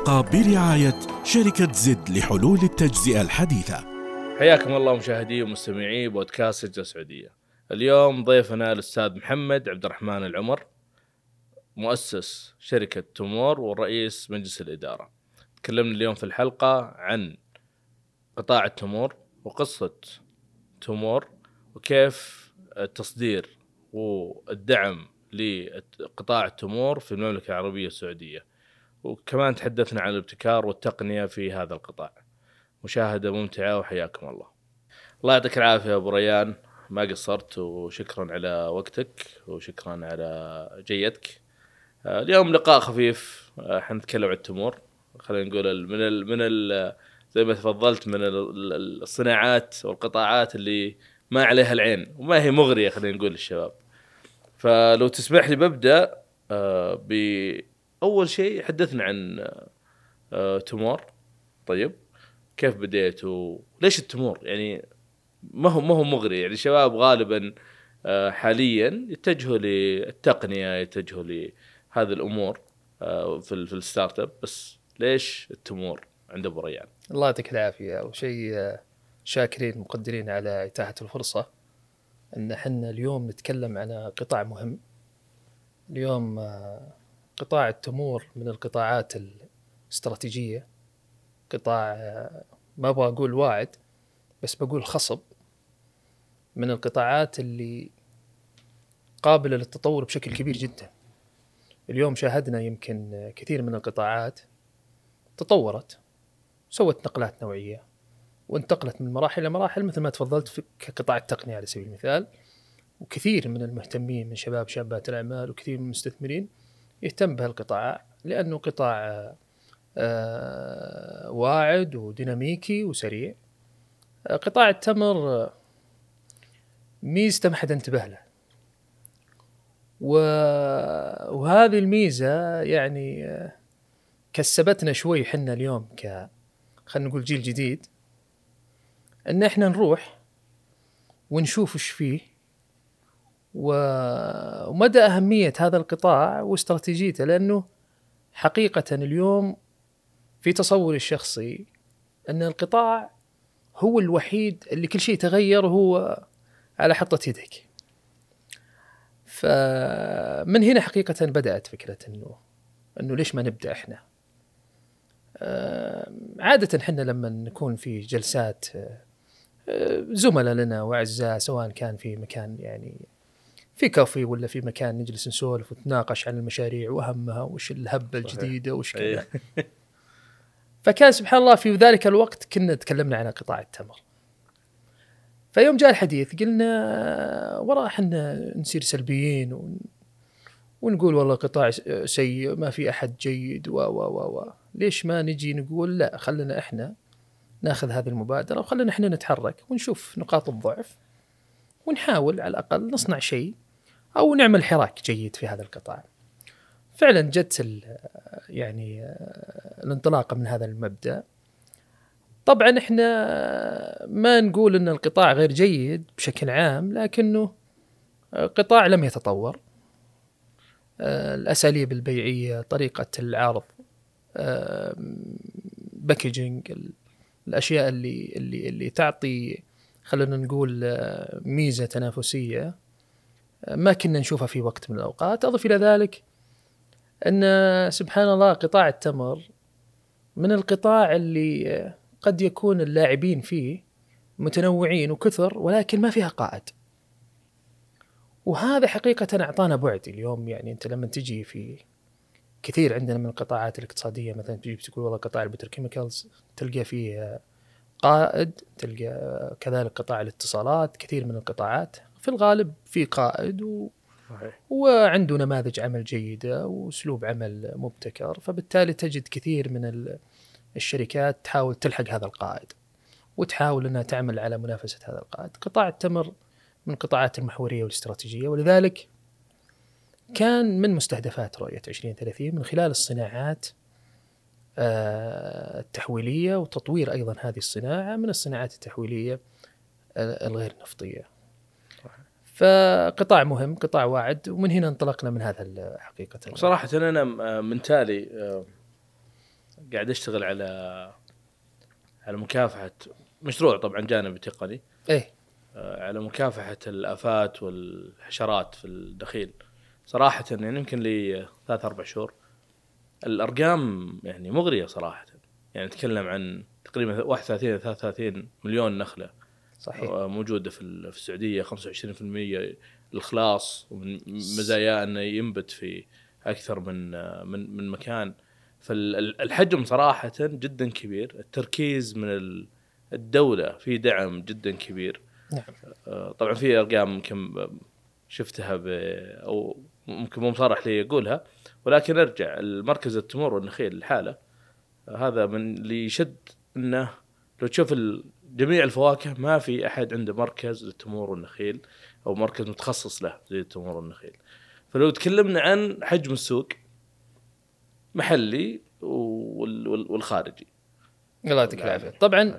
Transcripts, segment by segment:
الحلقة برعاية شركة زد لحلول التجزئة الحديثة. حياكم الله مشاهدي ومستمعي بودكاست الجزء السعودية. اليوم ضيفنا الأستاذ محمد عبد الرحمن العمر، مؤسس شركة تومور ورئيس مجلس الإدارة. تكلمنا اليوم في الحلقة عن قطاع التمور وقصة تومور وكيف التصدير والدعم لقطاع التمور في المملكة العربية السعودية، وكمان تحدثنا عن الابتكار والتقنية في هذا القطاع. مشاهدة ممتعة وحياكم الله. الله يعطيك العافية يا أبو ريان، ما قصرت، وشكرا على وقتك وشكرا على جيتك. اليوم لقاء خفيف، حنتكلم عن التمور. خلينا نقول زي ما تفضلت من الصناعات والقطاعات اللي ما عليها العين وما هي مغرية، خلينا نقول للشباب. فلو تسمح لي ببدأ بأول شيء، حدثنا عن تومور. طيب كيف بديت وليش التمور؟ يعني ما هو مغري. يعني شباب غالبا حاليا يتجهوا للتقنية، يتجهوا لهذه الأمور في الستارت اب، بس ليش التمور عند أبو ريان؟ الله يعطيك العافية. وشيء شاكرين مقدرين على إتاحة الفرصة أن احنا اليوم نتكلم عن قطاع مهم. اليوم قطاع التمور من القطاعات الاستراتيجية، قطاع ما أبغى أقول واعد بس بقول خصب، من القطاعات اللي قابلة للتطور بشكل كبير جدا. اليوم شاهدنا يمكن كثير من القطاعات تطورت، سوت نقلات نوعية وانتقلت من مراحل إلى مراحل، مثل ما تفضلت في قطاع التقنية على سبيل المثال. وكثير من المهتمين من شابات الأعمال وكثير من المستثمرين يهتم بهالقطاع لأنه قطاع واعد وديناميكي وسريع. قطاع التمر ميزته ما حد انتبه له، وهذه الميزة يعني كسبتنا شوي حنا اليوم خلينا نقول جيل جديد، ان احنا نروح ونشوف وش فيه ومدى أهمية هذا القطاع واستراتيجيته. لأنه حقيقة اليوم في تصوري الشخصي أن القطاع هو الوحيد اللي كل شيء تغير وهو على حطة يدك. فمن هنا حقيقة بدأت فكرة أنه ليش ما نبدأ إحنا. عادة إحنا لما نكون في جلسات زملاء لنا وأعزاء، سواء كان في مكان يعني في كافي ولا في مكان، نجلس نسولف ونتناقش عن المشاريع وأهمها وش الهبة الجديدة وش كذا. فكان سبحان الله في ذلك الوقت كنا تكلمنا عن قطاع التمر. فيوم جاء الحديث قلنا وراء حنا نصير سلبيين ونقول والله قطاع سيء ما في أحد جيد ليش ما نجي نقول لا، خلنا إحنا ناخذ هذه المبادرة وخلنا إحنا نتحرك ونشوف نقاط الضعف ونحاول على الأقل نصنع شيء أو نعمل حراك جيد في هذا القطاع. فعلا جت يعني الانطلاقة من هذا المبدأ. طبعا احنا ما نقول ان القطاع غير جيد بشكل عام، لكنه قطاع لم يتطور. الأساليب البيعية، طريقة العرض، باكيجينج، الأشياء اللي تعطي خلينا نقول ميزة تنافسية ما كنا نشوفها في وقت من الأوقات. أضف إلى ذلك أن سبحان الله قطاع التمر من القطاع اللي قد يكون اللاعبين فيه متنوعين وكثر، ولكن ما فيها قائد. وهذا حقيقة أعطانا بعد اليوم. يعني أنت لما تجي في كثير عندنا من القطاعات الاقتصادية، مثلا تجي تقول والله قطاع البتروكيميكالز تلقى فيه قائد، تلقى كذلك قطاع الاتصالات، كثير من القطاعات في الغالب في قائد وعنده نماذج عمل جيدة وأسلوب عمل مبتكر. فبالتالي تجد كثير من الشركات تحاول تلحق هذا القائد وتحاول أنها تعمل على منافسة هذا القائد. قطاع التمر من قطاعات المحورية والاستراتيجية، ولذلك كان من مستهدفات رؤية 2030 من خلال الصناعات التحويلية وتطوير أيضا هذه الصناعة من الصناعات التحويلية الغير نفطية. فقطاع مهم، قطاع واعد، ومن هنا انطلقنا من هذا الحقيقة. صراحة أنا من تالي قاعد اشتغل على مكافحه مشروع طبعا جانبي تقني ايه على مكافحه الافات والحشرات في الدخيل. صراحه يعني يمكن لي 3-4 شهور الارقام يعني مغريه صراحه. يعني نتكلم عن تقريبا 31-33 مليون نخله صحيح. موجوده في السعوديه، 25% الإخلاص، ومن مزايا انه ينبت في اكثر من مكان. فالحجم صراحه جدا كبير. التركيز من الدوله في دعم جدا كبير. نعم. طبعا في ارقام يمكن شفتها او ممكن مو مصرح لي اقولها، ولكن ارجع المركز التمور والنخيل الحاله هذا من اللي يشد انه لو تشوف جميع الفواكه ما في احد عنده مركز للتمور والنخيل او مركز متخصص له زي التمور والنخيل. فلو تكلمنا عن حجم السوق محلي والخارجي، الله يعطيك العافيه. طبعا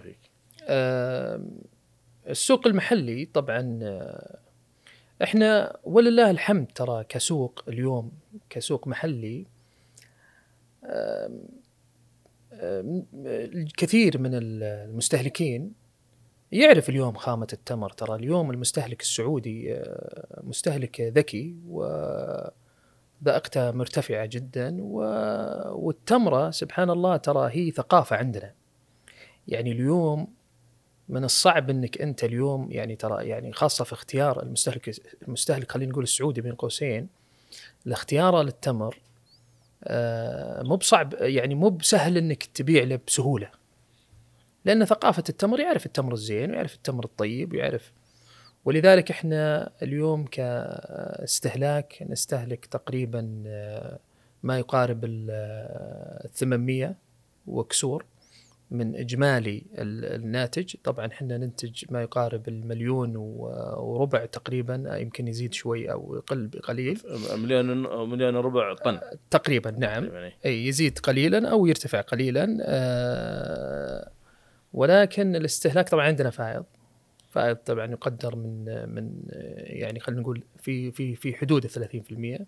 السوق المحلي طبعا احنا ولله الحمد ترى كسوق اليوم كسوق محلي الكثير من المستهلكين يعرف اليوم خامة التمر. ترى اليوم المستهلك السعودي مستهلك ذكي وذائقته مرتفعة جدا، والتمرة سبحان الله ترى هي ثقافة عندنا. يعني اليوم من الصعب انك انت اليوم يعني ترى يعني خاصة في اختيار المستهلك خلينا نقول السعودي بين قوسين، الاختيار للتمر مو بصعب، يعني مو بسهل انك تبيع له بسهولة، لأن ثقافة التمر يعرف التمر الزين ويعرف التمر الطيب ويعرف. ولذلك احنا اليوم كاستهلاك نستهلك تقريبا ما يقارب 800 وكسور من إجمالي الناتج. طبعا احنا ننتج ما يقارب 1,400,000 تقريبا، يمكن يزيد شوي أو يقل بقليل. 1,400,000 طن تقريبا. نعم. أي يزيد قليلا أو يرتفع قليلا. ولكن الاستهلاك طبعا عندنا فائض طبعا يقدر من يعني خلينا نقول في حدود 30%.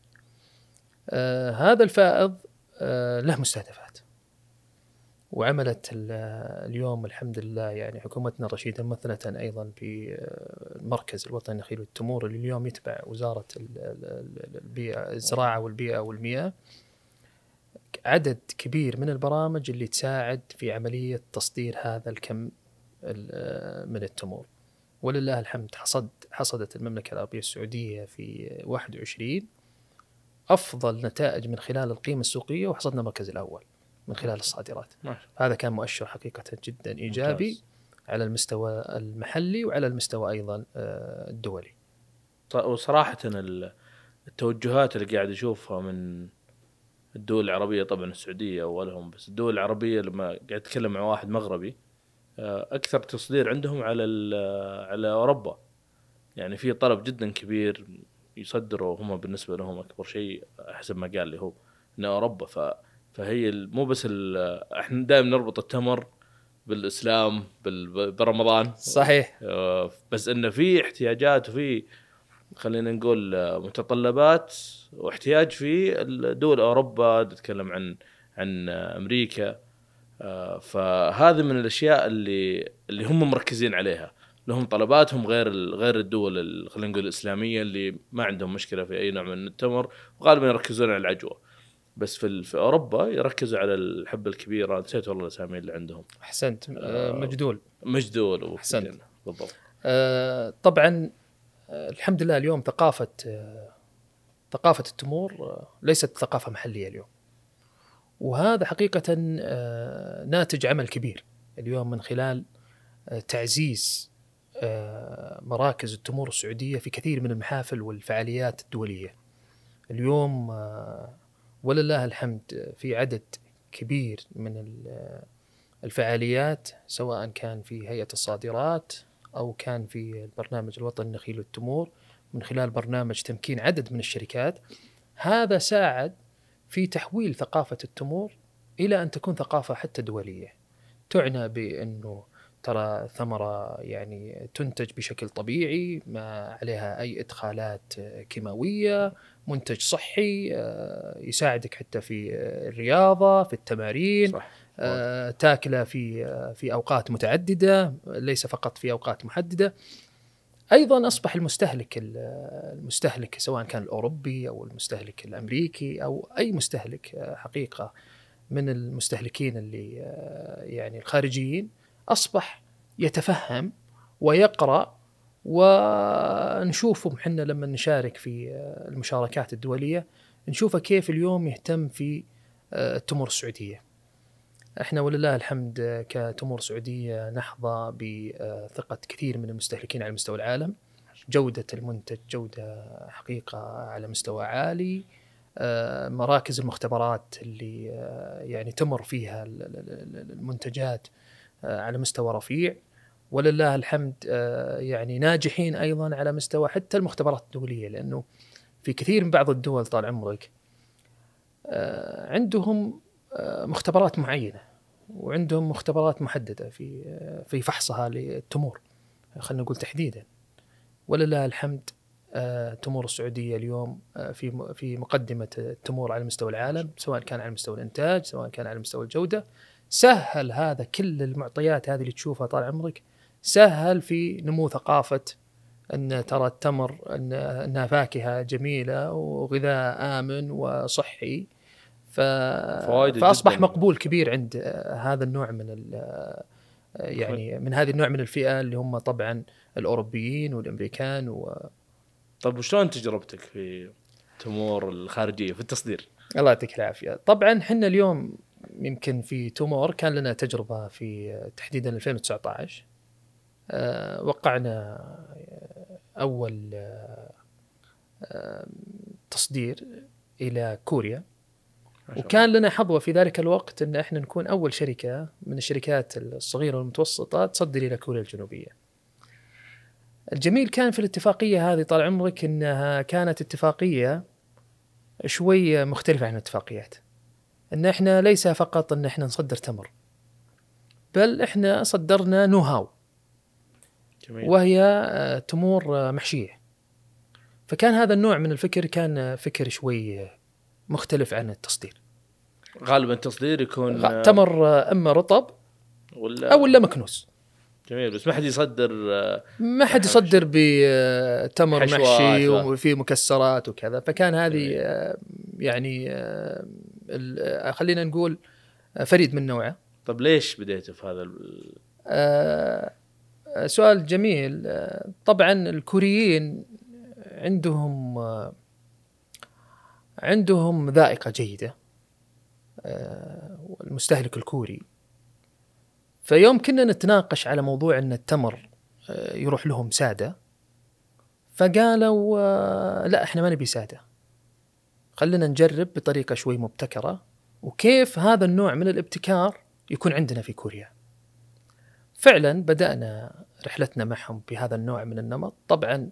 هذا الفائض له مستهدفات، وعملت اليوم الحمد لله يعني حكومتنا الرشيدة مثلة أيضا في المركز الوطني للنخيل والتمور اللي اليوم يتبع وزارة البيئة الزراعة والبيئة والمياه، عدد كبير من البرامج اللي تساعد في عملية تصدير هذا الكم من التمور. ولله الحمد حصدت المملكة العربية السعودية في 21 أفضل نتائج من خلال القيمة السوقية، وحصدنا المركز الأول من خلال الصادرات. هذا كان مؤشر حقيقة جدا إيجابي ممتاز على المستوى المحلي وعلى المستوى أيضا الدولي. وصراحة التوجهات اللي قاعد أشوفها من الدول العربية، طبعا السعودية أولهم، بس الدول العربية لما قاعد أتكلم مع واحد مغربي أكثر تصدير عندهم على أوروبا. يعني في طلب جدا كبير يصدروا هم، بالنسبة لهم أكبر شيء حسب ما قال لي هو إن أوروبا. فهي مو بس إحنا دائما نربط التمر بالإسلام برمضان صحيح، بس إنه في احتياجات وفي خلينا نقول متطلبات واحتياج في دول أوروبا، نتكلم عن أمريكا. فهذه من الأشياء اللي هم مركزين عليها. لهم طلباتهم غير الدول خلينا نقول الإسلامية اللي ما عندهم مشكلة في أي نوع من التمر، وغالبا يركزون على العجوة. بس في أوروبا يركزوا على الحبة الكبيرة، نسيت والله الأسامي اللي عندهم. أحسنت. مجدول. أحسنت بالضبط. طبعا الحمد لله اليوم ثقافة التمور ليست ثقافة محلية اليوم، وهذا حقيقة ناتج عمل كبير اليوم من خلال تعزيز مراكز التمور السعودية في كثير من المحافل والفعاليات الدولية. اليوم ولله الحمد في عدد كبير من الفعاليات، سواء كان في هيئة الصادرات أو كان في البرنامج الوطني للنخيل والتمور من خلال برنامج تمكين عدد من الشركات. هذا ساعد في تحويل ثقافة التمور إلى أن تكون ثقافة حتى دولية، تعنى بأنه ترى ثمرة يعني تنتج بشكل طبيعي ما عليها أي إدخالات كيماوية، منتج صحي يساعدك حتى في الرياضة، في التمارين. صح. تاكله في أوقات متعددة ليس فقط في أوقات محددة. أيضا أصبح المستهلك سواء كان الأوروبي أو المستهلك الأمريكي أو أي مستهلك حقيقة من المستهلكين اللي يعني الخارجيين أصبح يتفهم ويقرأ، ونشوفهم حنا لما نشارك في المشاركات الدولية نشوفه كيف اليوم يهتم في التمور السعودية. احنا ولله الحمد كتمور سعودية نحظى بثقة كثير من المستهلكين على مستوى العالم. جودة المنتج جودة حقيقة على مستوى عالي. مراكز المختبرات اللي يعني تمر فيها المنتجات على مستوى رفيع ولله الحمد. يعني ناجحين أيضا على مستوى حتى المختبرات الدولية، لأنه في كثير من بعض الدول طال عمرك عندهم مختبرات معينة وعندهم مختبرات محددة في فحصها للتمور، خلنا نقول تحديدا. ولله الحمد تمور السعودية اليوم في مقدمة التمور على مستوى العالم، سواء كان على مستوى الإنتاج سواء كان على مستوى الجودة. سهل هذا كل المعطيات هذه اللي تشوفها طال عمرك، سهل في نمو ثقافة أن ترى التمر أنها فاكهة جميلة وغذاء آمن وصحي. فأصبح مقبول كبير عند هذا النوع من يعني من هذه النوع من الفئة اللي هم طبعا الأوروبيين والأمريكان طب وشلون تجربتك في تمور الخارجية في التصدير؟ الله يعطيك العافية. طبعا حنا اليوم يمكن في تمور كان لنا تجربة في تحديدا 2019. وقعنا أول تصدير إلى كوريا، وكان لنا حظوة في ذلك الوقت أن احنا نكون أول شركة من الشركات الصغيرة والمتوسطة تصدر إلى كوريا الجنوبية. الجميل كان في الاتفاقية هذه طال عمرك أنها كانت اتفاقية شوي مختلفة عن الاتفاقيات، أن احنا ليس فقط أن احنا نصدر تمر، بل احنا صدرنا نوهاو، وهي تمور محشية. فكان هذا النوع من الفكر كان فكر شوي مختلف عن التصدير. غالبا التصدير يكون تمر اما رطب ولا مكنوس. جميل. بس ما حد يصدر بتمر محشي وفي مكسرات وكذا. فكان هذه يعني خلينا نقول فريد من نوعه. طب ليش بديت في هذا سؤال جميل. طبعا الكوريين عندهم ذائقة جيدة، والمستهلك الكوري. فيوم كنا نتناقش على موضوع أن التمر يروح لهم سادة، فقالوا لا احنا ما نبي سادة، خلينا نجرب بطريقة شوي مبتكرة، وكيف هذا النوع من الابتكار يكون عندنا في كوريا. فعلا بدأنا رحلتنا معهم بهذا النوع من النمط. طبعا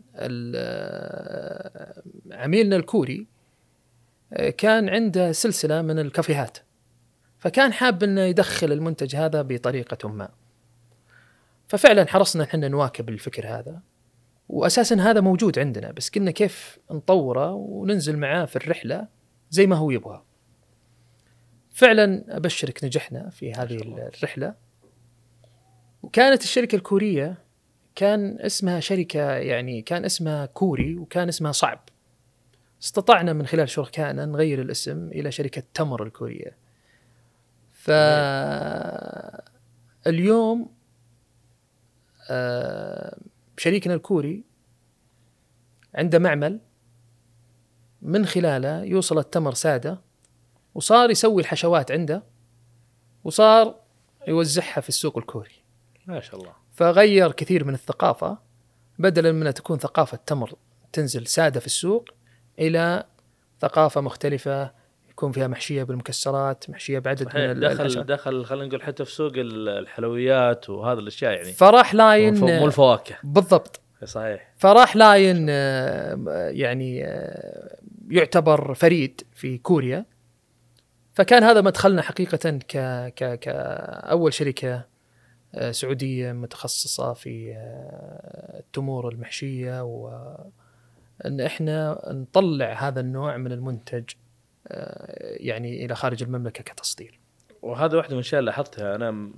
عميلنا الكوري كان عنده سلسلة من الكافيهات، فكان حاب أنه يدخل المنتج هذا بطريقة ما. ففعلا حرصنا أننا نواكب الفكر هذا، وأساسا هذا موجود عندنا، بس كنا كيف نطوره وننزل معاه في الرحلة زي ما هو يبغى. فعلا أبشرك نجحنا في هذه الرحلة. وكانت الشركة الكورية كان اسمها شركة يعني كان اسمها كوري وكان اسمها صعب. استطعنا من خلال شركائنا نغير الاسم إلى شركة تمر الكورية. فاليوم شريكنا الكوري عنده معمل من خلاله يوصل التمر سادة، وصار يسوي الحشوات عنده، وصار يوزعها في السوق الكوري. ما شاء الله. فغير كثير من الثقافة، بدلا من أن تكون ثقافة تمر تنزل سادة في السوق إلى ثقافة مختلفة يكون فيها محشية بالمكسرات، محشية بعدد من دخل خلينا نقول حتى في سوق الحلويات وهذا الأشياء يعني. فراح لاين مو الفواكه بالضبط. صحيح. فراح لاين يعني يعتبر فريد في كوريا. فكان هذا مدخلنا حقيقة كأول شركة سعودية متخصصة في التمور المحشية، وأن إحنا نطلع هذا النوع من المنتج يعني إلى خارج المملكة كتصدير. وهذا واحدة من الأشياء اللي لاحظتها أنا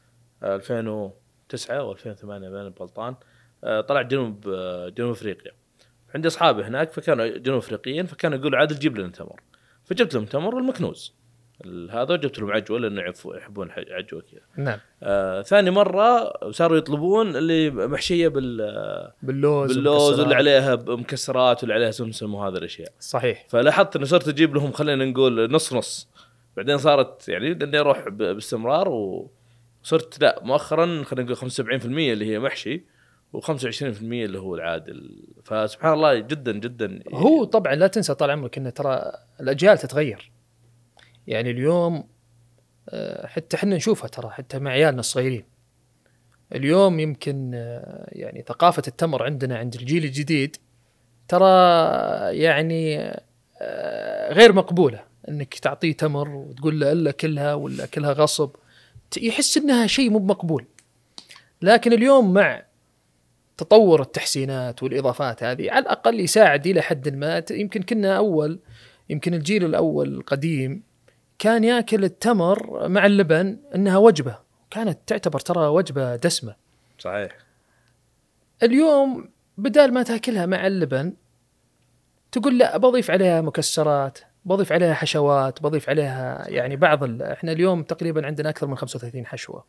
2009 و 2008 بين البلطان، طلع جنوب أفريقيا، عندي أصحابي هناك فكانوا جنوب أفريقيين، فكانوا يقولوا عادل جيب لنا تمر، فجبت لهم تمر والمكنوز هذا، وجبت لهم عجوة لأنه يحبون عجوة كذا. نعم. ثاني مرة صاروا يطلبون اللي محشية باللوز واللي عليها مكسرات واللي عليها سمسم وهذا الأشياء. صحيح. فلاحظت إنه صرت أجيب لهم خلينا نقول نص، بعدين صارت يعني إني أروح باستمرار، وصرت لا مؤخرا خلينا نقول 75% اللي هي محشي و25% اللي هو العادل. فسبحان الله جدا جدا. هو طبعا لا تنسى طال عمرك إن ترى الأجيال تتغير، يعني اليوم حتى حنا نشوفها ترى حتى مع عيالنا الصغيرين اليوم، يمكن يعني ثقافة التمر عندنا عند الجيل الجديد ترى يعني غير مقبولة، انك تعطيه تمر وتقول له الا كلها ولا كلها غصب، يحس انها شيء مو مقبول. لكن اليوم مع تطور التحسينات والاضافات هذه على الاقل يساعد الى حد ما. يمكن الجيل الاول القديم كان ياكل التمر مع اللبن انها وجبة، كانت تعتبر ترى وجبة دسمة. صحيح. اليوم بدال ما تاكلها مع اللبن تقول لا بضيف عليها مكسرات، بضيف عليها حشوات، بضيف عليها يعني احنا اليوم تقريبا عندنا اكثر من 35 حشوة.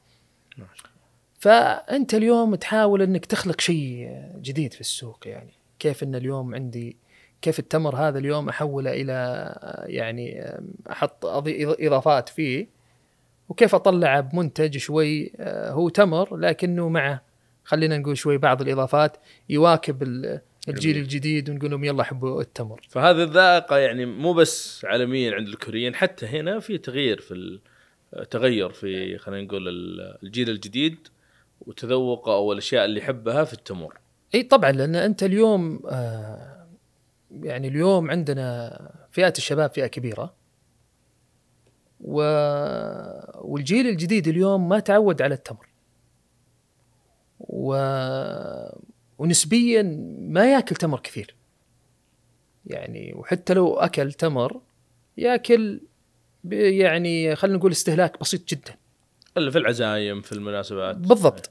فانت اليوم تحاول انك تخلق شيء جديد في السوق، يعني كيف ان اليوم عندي كيف التمر هذا اليوم احوله الى يعني احط اضافات فيه، وكيف اطلعه بمنتج شوي هو تمر لكنه معه خلينا نقول شوي بعض الاضافات يواكب الجيل الجديد، ونقول لهم يلا حبوا التمر. فهذه الذائقة يعني مو بس عالميا عند الكوريين، حتى هنا في تغيير في خلينا نقول الجيل الجديد وتذوقه او الاشياء اللي يحبها في التمر. اي طبعا، لان انت اليوم يعني اليوم عندنا فئات الشباب فئة كبيرة، والجيل الجديد اليوم ما تعود على التمر، ونسبيا ما ياكل تمر كثير يعني، وحتى لو أكل تمر ياكل يعني خلينا نقول استهلاك بسيط جدا، اللي في العزايم في المناسبات. بالضبط.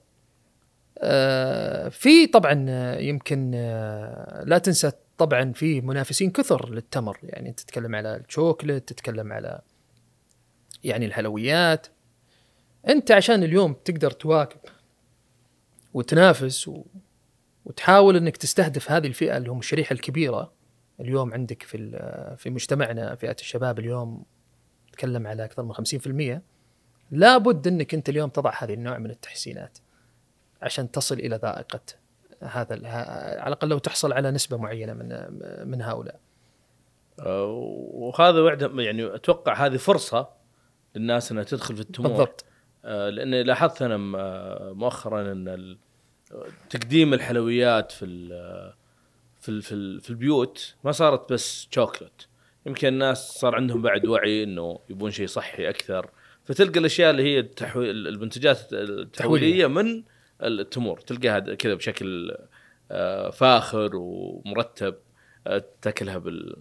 في طبعا يمكن لا تنسى طبعا في منافسين كثر للتمر، يعني انت تتكلم على الشوكولات، تتكلم على يعني الحلويات. انت عشان اليوم تقدر تواكب وتنافس وتحاول انك تستهدف هذه الفئة اللي هم الشريحة الكبيرة اليوم عندك في مجتمعنا، فئة الشباب اليوم تتكلم على اكثر من 50%، لابد انك انت اليوم تضع هذه النوع من التحسينات عشان تصل الى ذائقة هذا على الاقل لو تحصل على نسبة معينة من هؤلاء. وهذا يعني اتوقع هذه فرصة للناس انها تدخل في التمور. بالضبط. لان لاحظت انا مؤخرا ان تقديم الحلويات في البيوت ما صارت بس شوكولات، يمكن الناس صار عندهم بعد وعي انه يبون شيء صحي اكثر، فتلقى الاشياء اللي هي المنتجات التحويليه من التمور تلقاها كذا بشكل فاخر ومرتب، تاكلها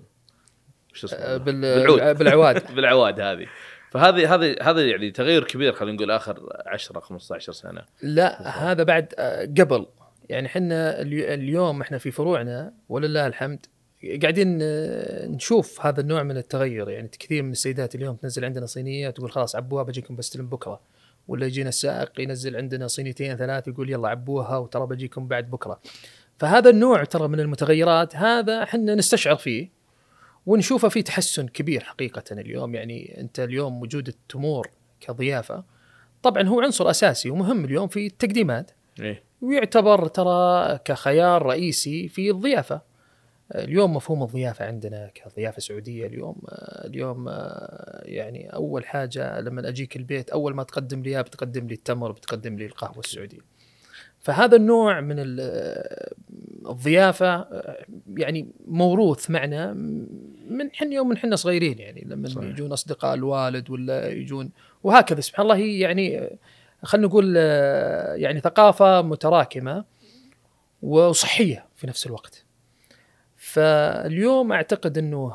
بالعواد بالعواد هذه. فهذا يعني تغير كبير، خلينا نقول اخر 10-15 سنه. لا هذا بعد قبل، يعني حنا اليوم احنا في فروعنا ولله الحمد قاعدين نشوف هذا النوع من التغير. يعني كثير من السيدات اليوم تنزل عندنا صينيه تقول خلاص عبوها بجيكم بستلم بكره، ولا يجينا السائق ينزل عندنا صينيتين 3 يقول يلا عبوها وترى بجيكم بعد بكره. فهذا النوع ترى من المتغيرات هذا حنا نستشعر فيه ونشوفه في تحسن كبير حقيقة اليوم. يعني أنت اليوم وجود التمور كضيافة طبعا هو عنصر أساسي ومهم اليوم في التقديمات، ويعتبر ترى كخيار رئيسي في الضيافة. اليوم مفهوم الضيافة عندنا كضيافة سعودية اليوم يعني أول حاجة لما أجيك البيت أول ما تقدم لي بتقدم لي التمر، بتقدم لي القهوة السعودية. فهذا النوع من الضيافة يعني موروث معنا من يوم من حنا صغيرين، يعني لما يجون أصدقاء الوالد ولا يجون وهكذا. سبحان الله يعني خلينا نقول يعني ثقافة متراكمة وصحية في نفس الوقت. فاليوم أعتقد أنه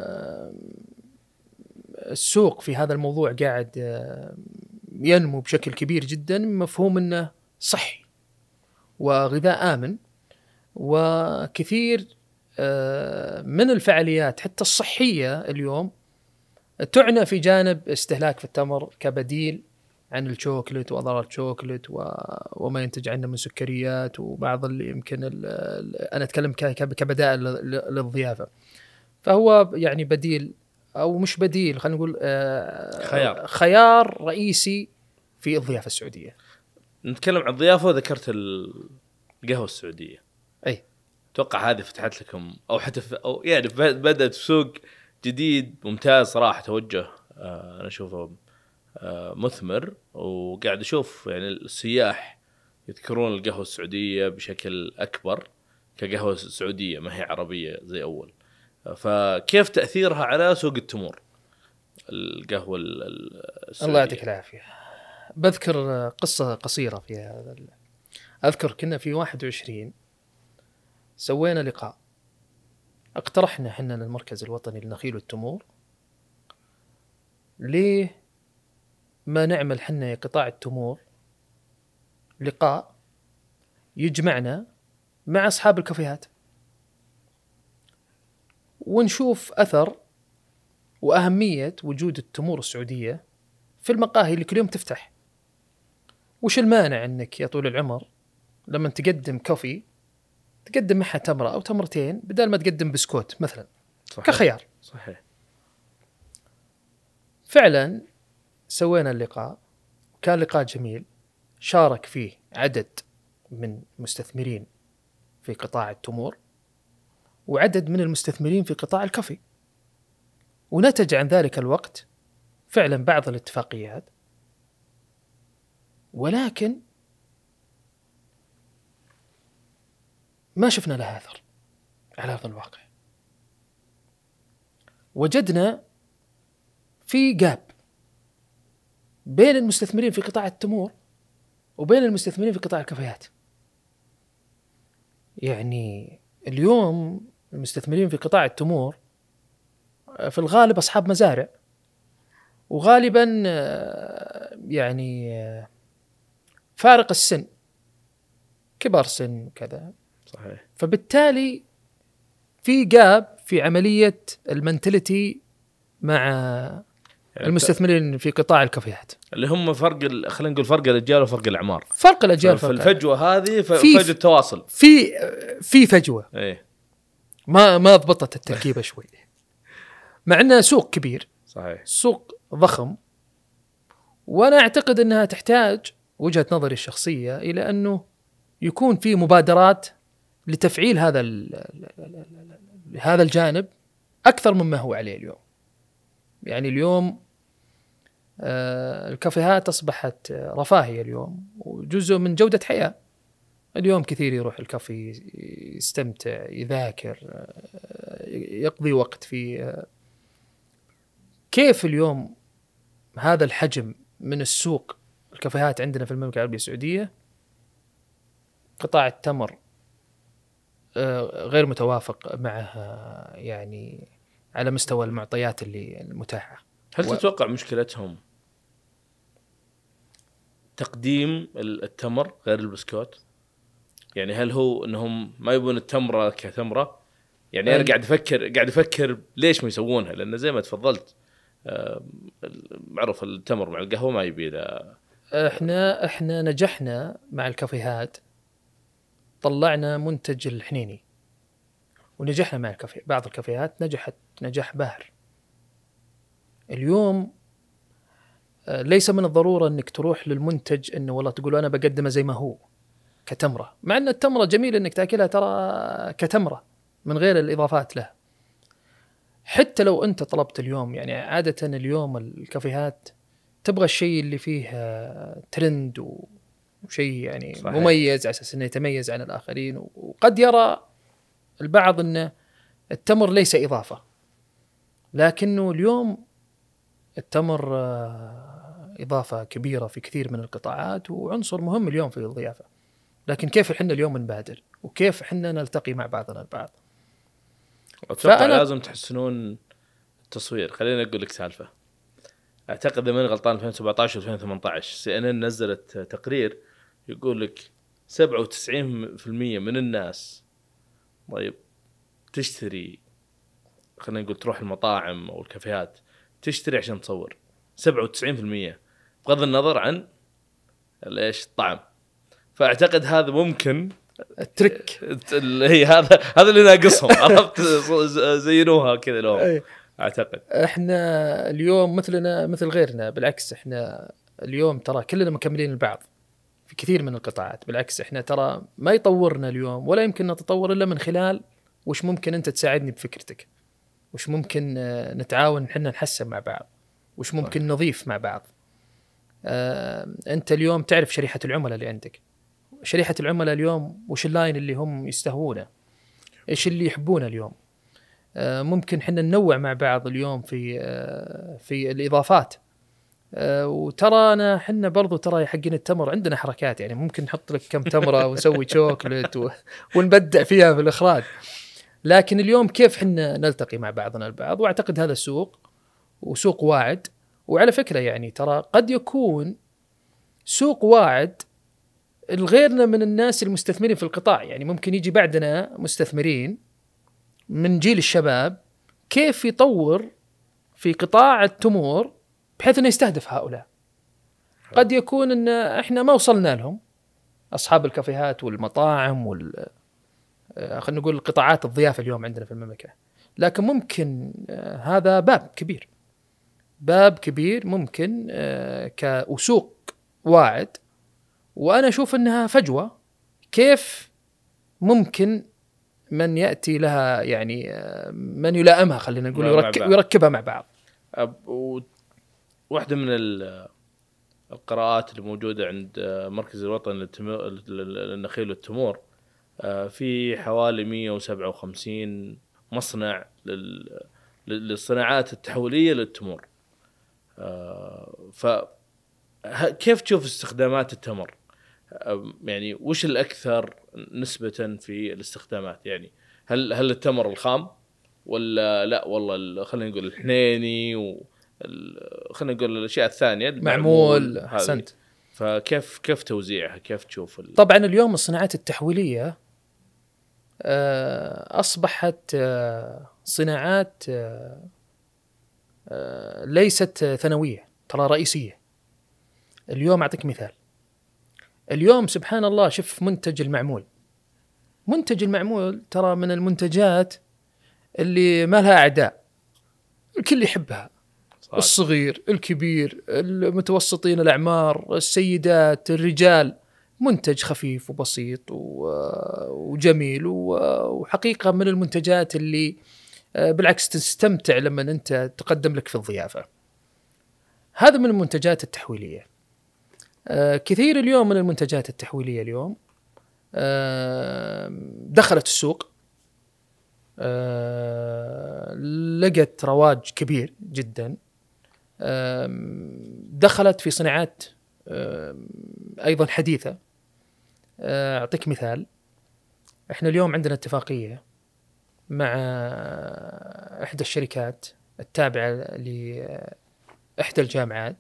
السوق في هذا الموضوع قاعد ينمو بشكل كبير جدا، مفهوم أنه صحي وغذاء آمن، وكثير من الفعاليات حتى الصحية اليوم تعنى في جانب استهلاك في التمر كبديل عن الشوكولات وأضرار الشوكولات وما ينتج عنه من سكريات وبعض اللي يمكن أنا أتكلم كبدائل للضيافة. فهو يعني بديل أو مش بديل، خلينا نقول خيار رئيسي في الضيافة السعودية. نتكلم عن الضيافة، ذكرت القهوة السعودية. أي أتوقع هذه فتحت لكم أو حتى أو يعني بدأت في سوق جديد ممتاز صراحة، توجه أنا أشوفه مثمر، وقاعد أشوف يعني السياح يذكرون القهوة السعودية بشكل أكبر كقهوة سعودية ما هي عربية زي أول. فكيف تأثيرها على سوق التمور القهوة السعودية؟ الله يعطيك العافية. بذكر قصة قصيرة في هذا. أذكر كنا في 21 سوينا لقاء، اقترحنا حنا للمركز الوطني للنخيل والتمور ليه ما نعمل حنا قطاع التمور لقاء يجمعنا مع أصحاب الكافيهات ونشوف أثر وأهمية وجود التمور السعودية في المقاهي اللي كل يوم تفتح. وش المانع أنك يا طول العمر لما تقدم كوفي تقدم معها تمرة أو تمرتين بدل ما تقدم بسكوت مثلا؟ صحيح. كخيار. صحيح. فعلا سوينا اللقاء، كان لقاء جميل، شارك فيه عدد من مستثمرين في قطاع التمور وعدد من المستثمرين في قطاع الكافي، ونتج عن ذلك الوقت فعلا بعض الاتفاقيات، ولكن ما شفنا لها أثر على أرض الواقع. وجدنا في جاب بين المستثمرين في قطاع التمور وبين المستثمرين في قطاع الكافيهات. يعني اليوم المستثمرين في قطاع التمور في الغالب أصحاب مزارع، وغالبا يعني فارق السن، كبار سن كذا. صحيح. فبالتالي في جاب في عملية المنتاليتي مع يعني المستثمرين في قطاع الكافيهات اللي هم فرق خلينا نقول فرق الأجيال وفرق الأعمار. فرق الأجيال، في الفجوة هذه فجوة التواصل في فجوة. إيه. ما ضبطت التركيبة شوي، مع أنها سوق كبير. صحيح. سوق ضخم، وأنا أعتقد أنها تحتاج وجهة نظري الشخصية إلى أنه يكون في مبادرات لتفعيل هذا الجانب أكثر مما هو عليه اليوم. يعني اليوم الكافيهات أصبحت رفاهية اليوم وجزء من جودة حياة. اليوم كثير يروح الكافي يستمتع، يذاكر، يقضي وقت في. كيف اليوم هذا الحجم من السوق الكافيهات عندنا في المملكة العربية السعودية، قطاع التمر غير متوافق معها يعني على مستوى المعطيات اللي المتاحة. هل تتوقع مشكلتهم تقديم التمر غير البسكوت؟ يعني هل هو انهم ما يبون التمرة كتمرة؟ يعني انا قاعد افكر ليش ما يسوونها، لان زي ما تفضلت معروف التمر مع القهوة ما يبي له. احنا نجحنا مع الكافيهات، طلعنا منتج الحنيني ونجحنا مع الكافيه. بعض الكافيهات نجحت نجاح باهر. اليوم ليس من الضرورة انك تروح للمنتج انه والله تقول انا بقدمه زي ما هو كتمرة، مع ان التمرة جميل انك تاكلها ترى كتمرة من غير الاضافات له. حتى لو انت طلبت اليوم، يعني عادة اليوم الكافيهات تبغى الشيء اللي فيه ترند وشيء يعني صحيح. مميز على اساس انه يتميز عن الاخرين. وقد يرى البعض ان التمر ليس اضافة، لكنه اليوم التمر إضافة كبيرة في كثير من القطاعات وعنصر مهم اليوم في الضيافة. لكن كيف إحنا اليوم نبادر وكيف إحنا نلتقي مع بعضنا البعض؟ أتوقع لازم تحسنون التصوير. خليني أقول لك سالفة. أعتقد من غلطان 2017 و2018 CNN نزلت تقرير يقول لك 97% من الناس طيب تشتري، خلينا نقول تروح المطاعم أو الكافيهات تشتري عشان تصور. 97% بغض النظر عن ايش الطعم. فأعتقد هذا ممكن الترك هي هذا اللي ناقصهم. عرفت زينوها كذا لهم. أعتقد إحنا اليوم مثلنا مثل غيرنا، بالعكس إحنا اليوم ترى كلنا مكملين البعض في كثير من القطاعات. بالعكس إحنا ترى ما يطورنا اليوم ولا يمكن نتطور إلا من خلال وش ممكن أنت تساعدني بفكرتك، وش ممكن نتعاون إحنا نحسن مع بعض، وش ممكن نضيف مع بعض. أنت اليوم تعرف شريحة العملاء اللي عندك، شريحة العملاء اليوم وش اللاين اللي هم يستهونه، إيش اللي يحبونه اليوم. ممكن حنا ننوع مع بعض اليوم في الإضافات. وترانا حنا برضو ترى حقين التمر عندنا حركات، يعني ممكن نحط لك كم تمرة ونسوي شوكولات ونبدع فيها في الإخراج. لكن اليوم كيف حنا نلتقي مع بعضنا البعض؟ وأعتقد هذا سوق وسوق واعد. وعلى فكرة يعني ترى قد يكون سوق واعد الغيرنا من الناس المستثمرين في القطاع. يعني ممكن يجي بعدنا مستثمرين من جيل الشباب كيف يطور في قطاع التمور بحيث أنه يستهدف هؤلاء. قد يكون أن إحنا ما وصلنا لهم، أصحاب الكافيهات والمطاعم خلينا نقول قطاعات الضيافة اليوم عندنا في المملكة. لكن ممكن هذا باب كبير ممكن كسوق واعد. وأنا أشوف أنها فجوة كيف ممكن من يأتي لها، يعني من يلائمها خلينا نقول ويركبها مع بعض. واحدة من القراءات اللي موجودة عند مركز الوطني للنخيل والتمور، في حوالي 157 مصنع للصناعات التحويلية للتمور. فكيف تشوف استخدامات التمر؟ يعني وش الأكثر نسبة في الاستخدامات؟ يعني هل التمر الخام ولا لا والله خلينا نقول الحنيني خلينا نقول الأشياء الثانية معمول. أحسنت. فكيف توزيعها؟ كيف تشوف طبعا اليوم الصناعات التحويلية أصبحت صناعات ليست ثانوية، ترى رئيسية. اليوم أعطيك مثال. اليوم سبحان الله شوف منتج المعمول ترى من المنتجات اللي ما لها أعداء، الكل يحبها. صحيح. الصغير الكبير المتوسطين الأعمار السيدات الرجال، منتج خفيف وبسيط وجميل وحقيقة من المنتجات اللي بالعكس تستمتع لما أنت تقدم لك في الضيافة. هذا من المنتجات التحويلية. كثير اليوم من المنتجات التحويلية اليوم دخلت السوق، لقت رواج كبير جدا، دخلت في صناعات أيضا حديثة. أعطيك مثال. إحنا اليوم عندنا اتفاقية مع إحدى الشركات التابعة لإحدى الجامعات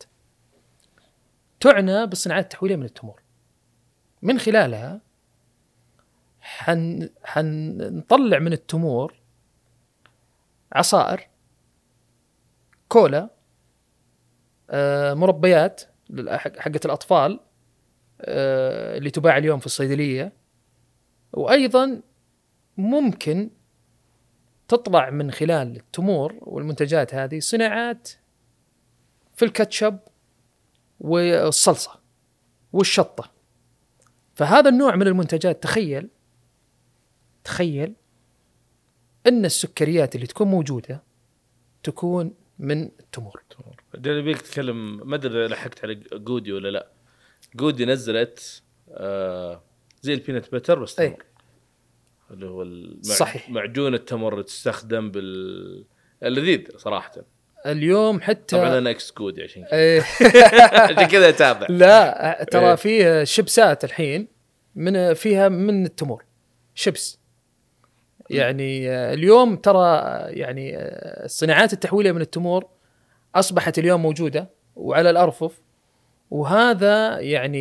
تعنى بالصناعات التحويلية من التمور. من خلالها حنطلع من التمور عصائر، كولا، مربيات حقة الأطفال اللي تباع اليوم في الصيدلية. وأيضا ممكن تطلع من خلال التمور والمنتجات هذه صناعات في الكاتشب والصلصة والشطة. فهذا النوع من المنتجات تخيل أن السكريات اللي تكون موجودة تكون من التمور. اللي بيك تتكلم، ما أدري لحقت على جودي ولا لا. جودي نزلت زي البينات باتر بس تمر. اللي هو صحيح. معجون التمر تستخدم اللذيذ صراحة. اليوم حتى طبعا انا اكس كود عشان كذا إيه. عشان كذا اتابع. لا إيه. ترى فيه شبسات الحين فيها من التمور شبس. يعني اليوم ترى يعني الصناعات التحويلية من التمور أصبحت اليوم موجودة وعلى الأرفف، وهذا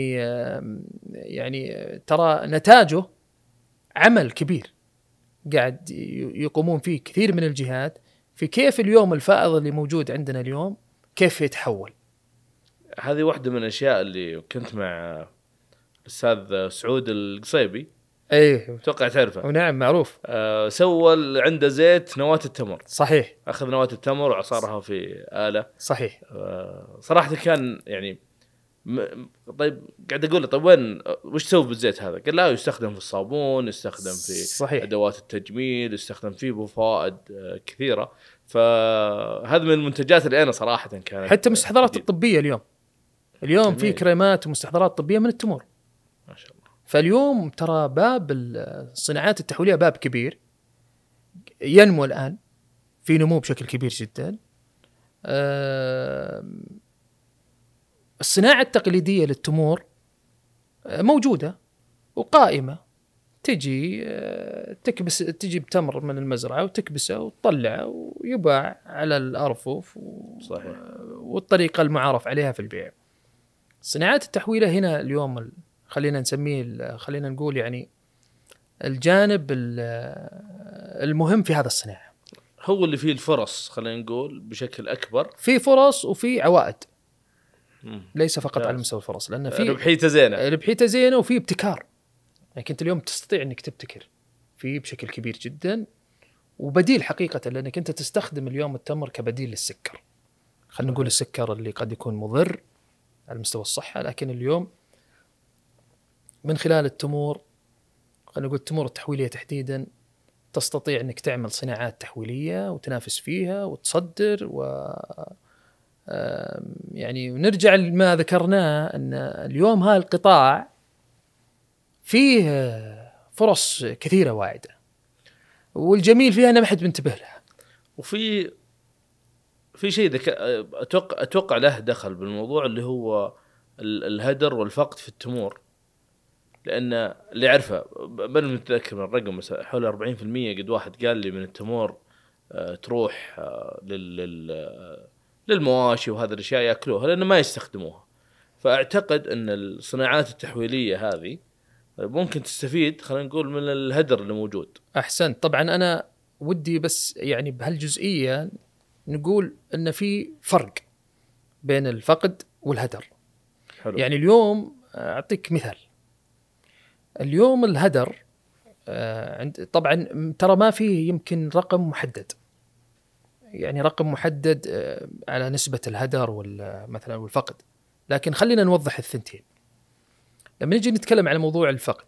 يعني ترى نتاجه عمل كبير قاعد يقومون فيه كثير من الجهات في كيف اليوم الفائض اللي موجود عندنا اليوم كيف يتحول. هذه واحدة من الأشياء اللي كنت مع الأستاذ سعود القصيبي، ايه أتوقع تعرفه. ونعم معروف. سوى عنده زيت نواة التمر. صحيح. أخذ نواة التمر وعصرها في آلة. صحيح. صراحة كان يعني طيب قاعد أقول له طيب وين وش تسوي بالزيت هذا؟ قال لا يستخدم في الصابون، يستخدم في صحيح. أدوات التجميل، يستخدم فيه بفوائد كثيرة. فهذا من المنتجات اللي أنا صراحة كانت حتى مستحضرات الطبية اليوم في كريمات ومستحضرات طبية من التمور ما شاء الله. فاليوم ترى باب الصناعات التحويلية باب كبير ينمو الآن، في نمو بشكل كبير جدا. الصناعة التقليدية للتمور موجودة وقائمة، تجي تكبس، تجي بتمر من المزرعة وتكبسه وتطلعه ويباع على الأرفف صحيح. والطريقة المعارف عليها في البيع. صناعات التحويلة هنا اليوم خلينا نسميه، خلينا نقول يعني الجانب المهم في هذا الصناعة، هو اللي فيه الفرص خلينا نقول بشكل أكبر. في فرص وفي عوائد، ليس فقط على مستوى الفرص، لأن في ربحيته زينة وفي ابتكار. يعني أنت اليوم تستطيع أنك تبتكر فيه بشكل كبير جدا، وبديل حقيقة، لأنك أنت تستخدم اليوم التمر كبديل للسكر. خلينا نقول السكر اللي قد يكون مضر على مستوى الصحة، لكن اليوم من خلال التمور، خلينا نقول التمور التحويلية تحديدا، تستطيع أنك تعمل صناعات تحويلية وتنافس فيها وتصدر. يعني نرجع لما ذكرناه أن اليوم هذا القطاع فيه فرص كثيرة واعدة، والجميل فيها أنا ما حد منتبه لها. وفي شيء أتوقع له دخل بالموضوع اللي هو الهدر والفقد في التمور، لأن اللي عرفه بل متذكر من الرقم حول 40% قد واحد قال لي من التمور تروح للمواشي وهذه الأشياء يأكلوها لأنه ما يستخدموها. فأعتقد أن الصناعات التحويلية هذه ممكن تستفيد خلينا نقول من الهدر اللي موجود. أحسن. طبعا أنا ودي بس يعني بهالجزئية نقول أن في فرق بين الفقد والهدر. حلو. يعني اليوم أعطيك مثال، اليوم الهدر طبعا ترى ما فيه يمكن رقم محدد، يعني رقم محدد على نسبة الهدر مثلا والفقد، لكن خلينا نوضح الثنتين. لما نجي نتكلم على موضوع الفقد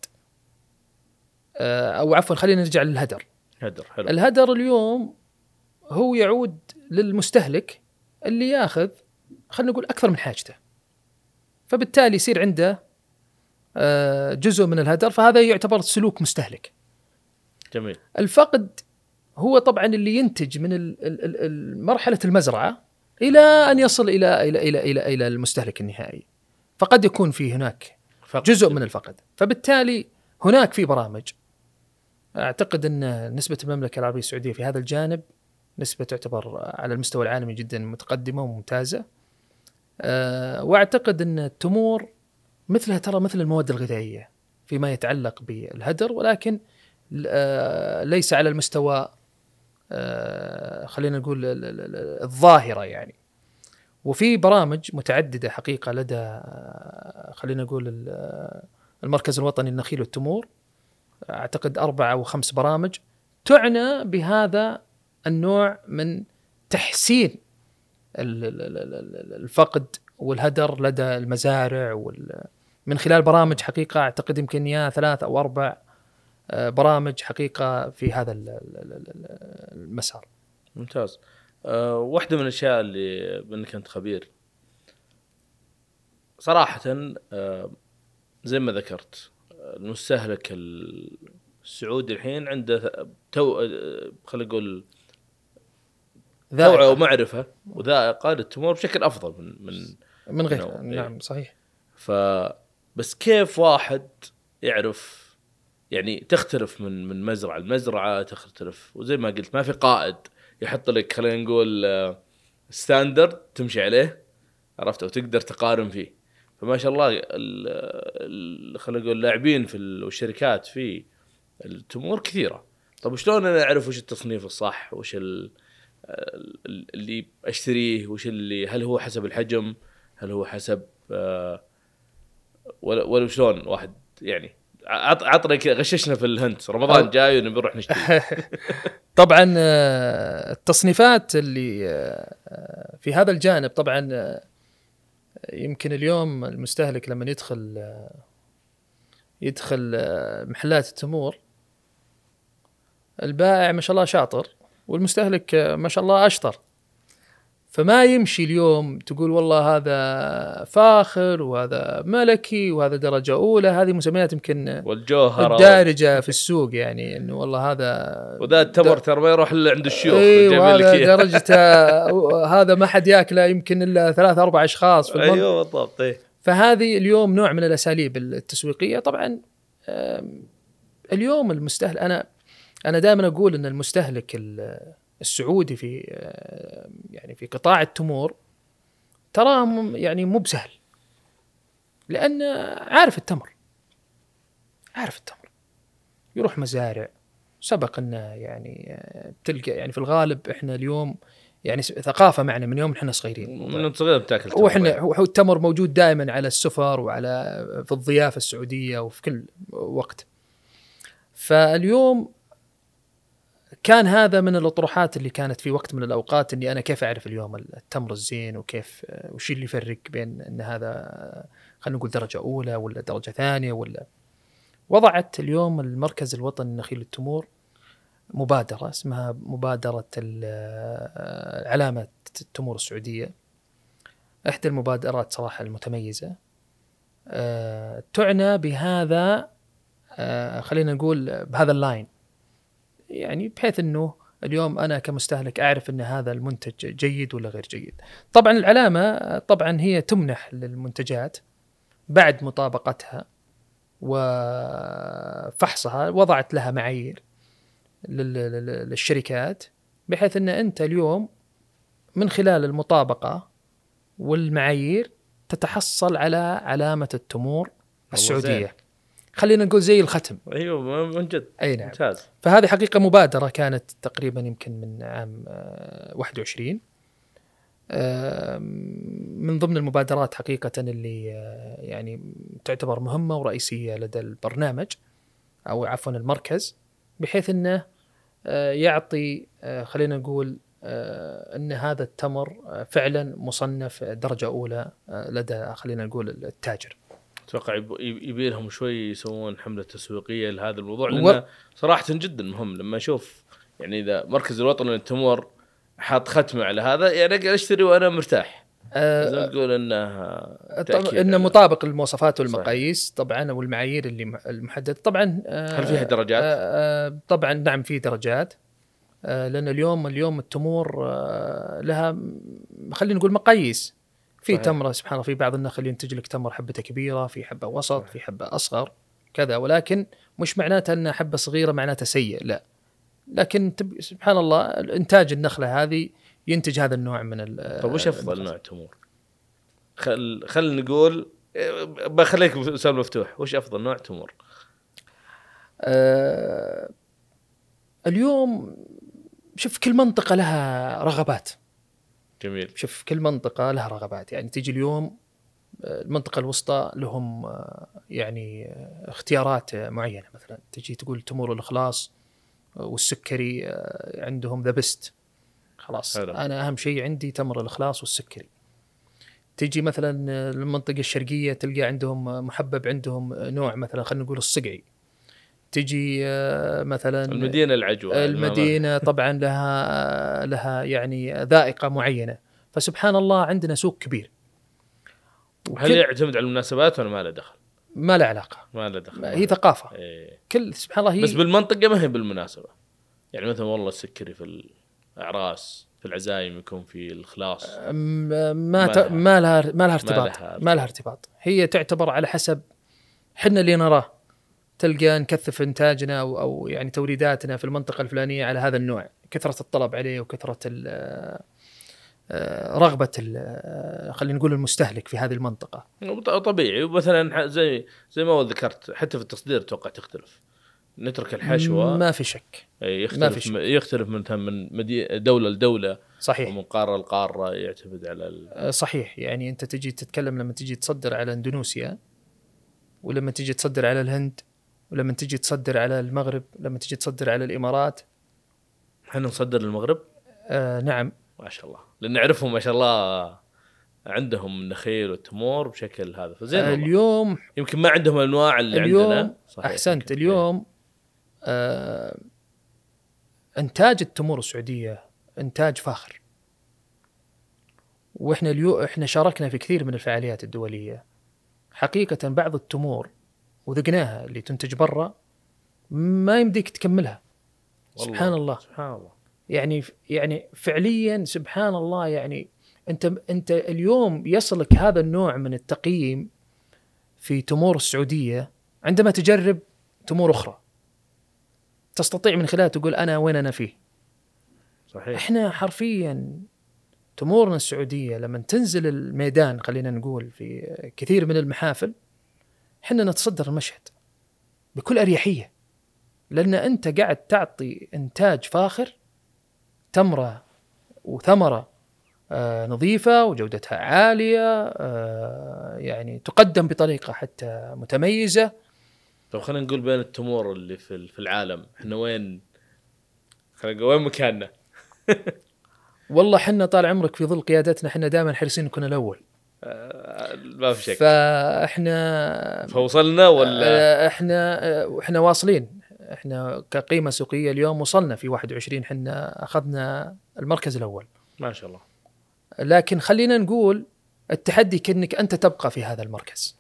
أو عفوا خلينا نرجع للهدر. حلو. الهدر اليوم هو يعود للمستهلك اللي ياخذ خلينا نقول أكثر من حاجته، فبالتالي يصير عنده جزء من الهدر، فهذا يعتبر سلوك مستهلك. جميل. الفقد هو طبعا اللي ينتج من مرحلة المزرعة إلى أن يصل إلى المستهلك النهائي، فقد يكون فيه هناك جزء من الفقد. فبالتالي هناك في برامج، أعتقد أن نسبة المملكة العربية السعودية في هذا الجانب نسبة تعتبر على المستوى العالمي جدا متقدمة وممتازة. وأعتقد أن التمور مثلها ترى مثل المواد الغذائية فيما يتعلق بالهدر، ولكن ليس على المستوى خلينا نقول الظاهرة يعني. وفي برامج متعددة حقيقة لدى خلينا نقول المركز الوطني للنخيل والتمور، أعتقد 4 أو 5 برامج تعنى بهذا النوع من تحسين الفقد والهدر لدى المزارع من خلال برامج حقيقة أعتقد يمكن 3 أو 4 برامج حقيقة في هذا المسار. ممتاز. واحدة من الأشياء اللي منك أنت خبير صراحة، زي ما ذكرت المستهلك السعودي الحين عنده خلينا نقول توعية ومعرفة وذائقة للتمور بشكل أفضل من غيرها. نعم صحيح. بس كيف واحد يعرف يعني تختلف من مزرعة لمزرعة تختلف، وزي ما قلت ما في قائد يحط لك خلينا نقول ستاندرد تمشي عليه عرفت أو تقدر تقارن فيه. فما شاء الله خلينا نقول لاعبين في والشركات في التمور كثيرة. طب شلون أنا أعرف وش التصنيف الصح، وش اللي أشتريه، وش اللي هل هو حسب الحجم، هل هو حسب ولا شلون واحد يعني عطنا غششنا في الهنت رمضان جاي ونبي نشتري. طبعا التصنيفات اللي في هذا الجانب طبعا يمكن اليوم المستهلك لما يدخل محلات التمور البائع ما شاء الله شاطر والمستهلك ما شاء الله أشطر، فما يمشي اليوم تقول والله هذا فاخر وهذا ملكي وهذا درجة أولى. هذه مسميات يمكن والجوهرة الدارجة في السوق، يعني إنه والله هذا وذا التمر ترى ما يروح إلا عند الشيوخ. وهذا درجته هذا ما حد يأكله يمكن إلا 3-4 أشخاص في المنطقة. أيوة بالضبط. فهذه اليوم نوع من الأساليب التسويقية. طبعا اليوم المستهلك أنا دائما أقول إن المستهلك السعودي في قطاع التمور ترى يعني مو بسهل، لأن عارف التمر يروح مزارع سبق إنه يعني تلقى يعني في الغالب إحنا اليوم يعني ثقافة معنا من يوم إحنا صغيرين من صغير بتاكل تمر، وإحنا التمر موجود دائما على السفر وعلى في الضيافة السعودية وفي كل وقت. فاليوم كان هذا من الأطروحات اللي كانت في وقت من الأوقات إني أنا كيف أعرف اليوم التمر الزين وكيف وش اللي يفرق بين إن هذا خلينا نقول درجة أولى ولا درجة ثانية ولا. وضعت اليوم المركز الوطني لنخيل التمور مبادرة اسمها مبادرة علامة التمور السعودية، إحدى المبادرات صراحة المتميزة تعنى بهذا خلينا نقول بهذا اللاين، يعني بحيث أنه اليوم أنا كمستهلك أعرف أن هذا المنتج جيد ولا غير جيد. طبعا العلامة طبعا هي تمنح للمنتجات بعد مطابقتها وفحصها، وضعت لها معايير للشركات بحيث أن أنت اليوم من خلال المطابقة والمعايير تتحصل على علامة التمور السعودية. خلينا نقول زي الختم. أيوة من جد. أي نعم. ممتاز. فهذه حقيقة مبادرة كانت تقريبا يمكن من عام 21 من ضمن المبادرات حقيقة اللي يعني تعتبر مهمة ورئيسية لدى البرنامج أو عفوا المركز، بحيث أنه يعطي خلينا نقول أن هذا التمر فعلا مصنف درجة أولى لدى خلينا نقول التاجر. أتوقع يبي لهم شوي يسوون حملة تسويقية لهذا الموضوع، لأنه صراحة جدا مهم. لما أشوف يعني إذا مركز الوطني للتمور حاط ختمة على هذا يعني أقدر أشتري وأنا مرتاح. زي ما تقول إنه مطابق المواصفات والمقاييس طبعا والمعايير اللي المحددة. طبعا هل فيها درجات؟ طبعا نعم في درجات، لأن اليوم التمور لها خلينا نقول مقاييس. في تمرة سبحان الله في بعض النخل ينتج لك تمر حبته كبيرة، في حبة وسط، في حبة أصغر كذا، ولكن مش معناته أن حبة صغيرة معناته سيء، لا، لكن سبحان الله إنتاج النخلة هذه ينتج هذا النوع من طب وش أفضل نوع تمور؟ خل نقول بخليك سؤال مفتوح، وش أفضل نوع تمور؟ اليوم شوف كل منطقة لها رغبات. جميل. شوف كل منطقة لها رغبات، يعني تيجي اليوم المنطقة الوسطى لهم يعني اختيارات معينة، مثلا تجي تقول تمور الإخلاص والسكري عندهم ذا بست، خلاص هذا. أنا أهم شيء عندي تمر الإخلاص والسكري. تجي مثلا المنطقة الشرقية تلقى عندهم محبب، عندهم نوع مثلا خلينا نقول الصقعي. تجي مثلا المدينة العجوة، المدينة طبعا لها يعني ذائقة معينة. فسبحان الله عندنا سوق كبير. هل يعتمد على المناسبات ولا ما له دخل؟ ما له علاقة، ما له دخل، هي ثقافة. إيه. كل سبحان الله هي بس بالمنطقة ما هي بالمناسبة، يعني مثلا والله السكري في الأعراس، في العزايم، يكون في الخلاص. ما لها ارتباط. هي تعتبر على حسب حنا اللي نراه. تلقى نكثف إنتاجنا أو يعني توريداتنا في المنطقة الفلانية على هذا النوع، كثرة الطلب عليه وكثرة رغبة خلينا نقول المستهلك في هذه المنطقة. طبيعي. ومثلا زي ما ذكرت حتى في التصدير توقع تختلف، نترك الحشوة ما في شك. يختلف من دولة لدولة. صحيح. ومن قارة لقارة يعتمد على صحيح. يعني أنت تجي تتكلم لما تجي تصدر على إندونيسيا، ولما تجي تصدر على الهند، ولما تجي تصدر على المغرب، لما تجي تصدر على الإمارات. احنا نصدر للمغرب. نعم ما شاء الله، لأن نعرفهم ما شاء الله عندهم النخيل والتمور بشكل هذا. فزين اليوم يمكن ما عندهم الأنواع اللي عندنا. صحيح. أحسنت. اليوم إنتاج التمور السعودية إنتاج فاخر، وإحنا إحنا شاركنا في كثير من الفعاليات الدولية. حقيقة بعض التمور وذقناها اللي تنتج برا ما يمديك تكملها. سبحان الله. سبحان الله. يعني فعليا سبحان الله. يعني أنت اليوم يصلك هذا النوع من التقييم في تمور السعودية عندما تجرب تمور أخرى، تستطيع من خلالها تقول أنا وين أنا فيه. صحيح. إحنا حرفيا تمورنا السعودية لما تنزل الميدان، خلينا نقول في كثير من المحافل، إحنا نتصدر المشهد بكل أريحية، لأن أنت قاعد تعطي إنتاج فاخر، تمرة وثمرة نظيفة وجودتها عالية، يعني تقدم بطريقة حتى متميزة. طب خلينا نقول بين التمور اللي في العالم إحنا وين مكاننا؟ والله حنا طال عمرك في ظل قيادتنا حنا دائما حريصين نكون الأول. ما في شك. فإحنا فوصلنا ولا إحنا واصلين. إحنا كقيمة سوقية اليوم وصلنا في 21 حنا أخذنا المركز الأول ما شاء الله. لكن خلينا نقول التحدي كأنك أنت تبقى في هذا المركز.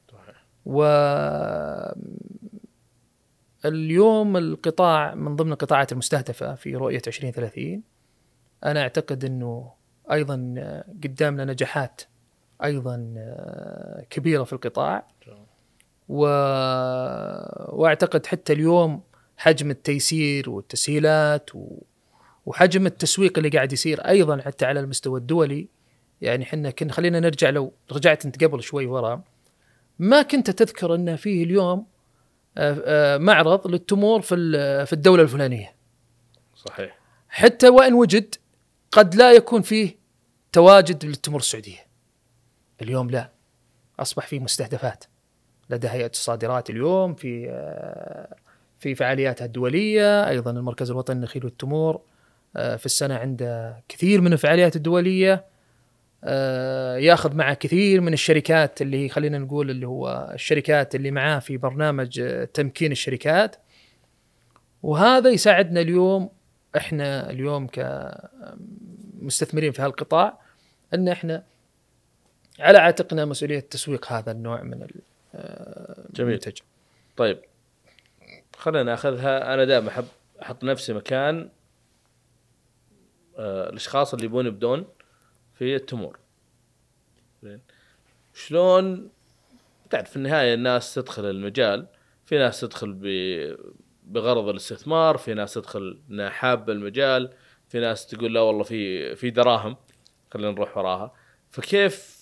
واليوم القطاع من ضمن القطاعات المستهدفة في رؤية 2030، أنا أعتقد أنه أيضا قدامنا نجاحات أيضا كبيرة في القطاع. وأعتقد حتى اليوم حجم التيسير والتسهيلات وحجم التسويق اللي قاعد يصير أيضا حتى على المستوى الدولي. يعني حنا خلينا نرجع، لو رجعت أنت قبل شوي وراء ما كنت تذكر أن فيه اليوم معرض للتمور في الدولة الفلانية. صحيح. حتى وإن وجد قد لا يكون فيه تواجد للتمور السعودية. اليوم لا، أصبح فيه مستهدفات لدى هيئة الصادرات اليوم في فعالياتها الدولية. أيضا المركز الوطني للنخيل والتمور في السنة عنده كثير من الفعاليات الدولية، ياخذ معه كثير من الشركات اللي خلينا نقول اللي هو الشركات اللي معاه في برنامج تمكين الشركات. وهذا يساعدنا اليوم، احنا اليوم كمستثمرين في هالقطاع، ان احنا على عاتقنا مسؤولية تسويق هذا النوع من المنتج. طيب خلينا ناخذها. انا دائما احب احط نفسي مكان الاشخاص اللي يبون في التمور. شلون تعرف في النهاية الناس تدخل المجال؟ في ناس تدخل بغرض الاستثمار، في ناس تدخل انها حابة المجال، في ناس تقول لا والله في دراهم خلينا نروح وراها. فكيف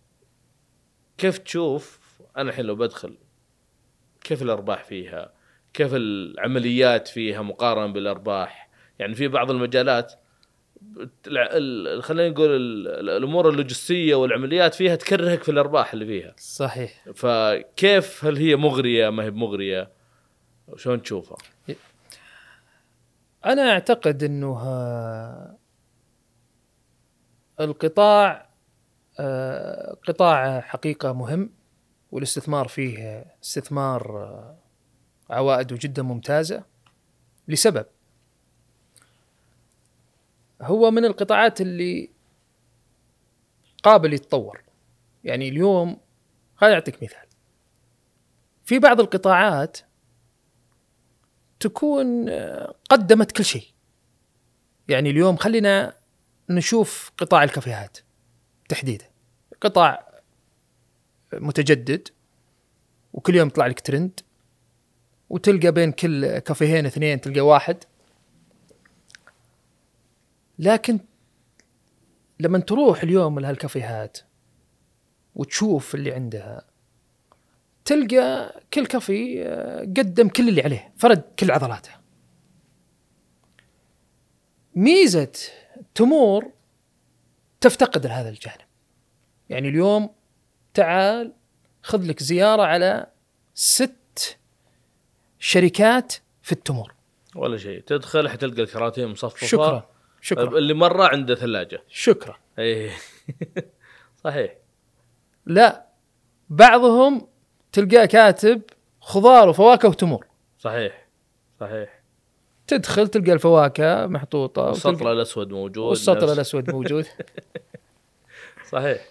تشوف انا الحين لو بدخل كيف الارباح فيها، كيف العمليات فيها مقارنة بالارباح؟ يعني في بعض المجالات خلينا نقول الامور اللوجستيه والعمليات فيها تكرهك في الارباح اللي فيها. صحيح. فكيف، هل هي مغريه ما هي مغريه؟ شلون تشوفها؟ انا اعتقد انه القطاع قطاع حقيقه مهم، والاستثمار فيه استثمار عوائده جدا ممتازه لسبب، هو من القطاعات اللي قابل يتطور. يعني اليوم خليني أعطيك مثال، في بعض القطاعات تكون قدمت كل شيء. يعني اليوم خلينا نشوف قطاع الكافيهات تحديدا، قطاع متجدد وكل يوم يطلع لك ترند، وتلقى بين كل كافيهين 2 تلقى واحد. لكن لما تروح اليوم لهالكافيهات وتشوف اللي عندها، تلقى كل كافي قدم كل اللي عليه، فرد كل عضلاته. ميزة تمور تفتقد لهذا الجانب. يعني اليوم تعال خذ لك زيارة على 6 شركات في التمور، ولا شيء، تدخل حتلقى الكراتين مصففة. شكرا اللي مرة عنده ثلاجة. شكرا. ايه صحيح. لا، بعضهم تلقاه كاتب خضار وفواكه وتمور. صحيح. تدخل تلقى الفواكه محطوطة والسطر الأسود موجود. والسطر الأسود موجود. صحيح.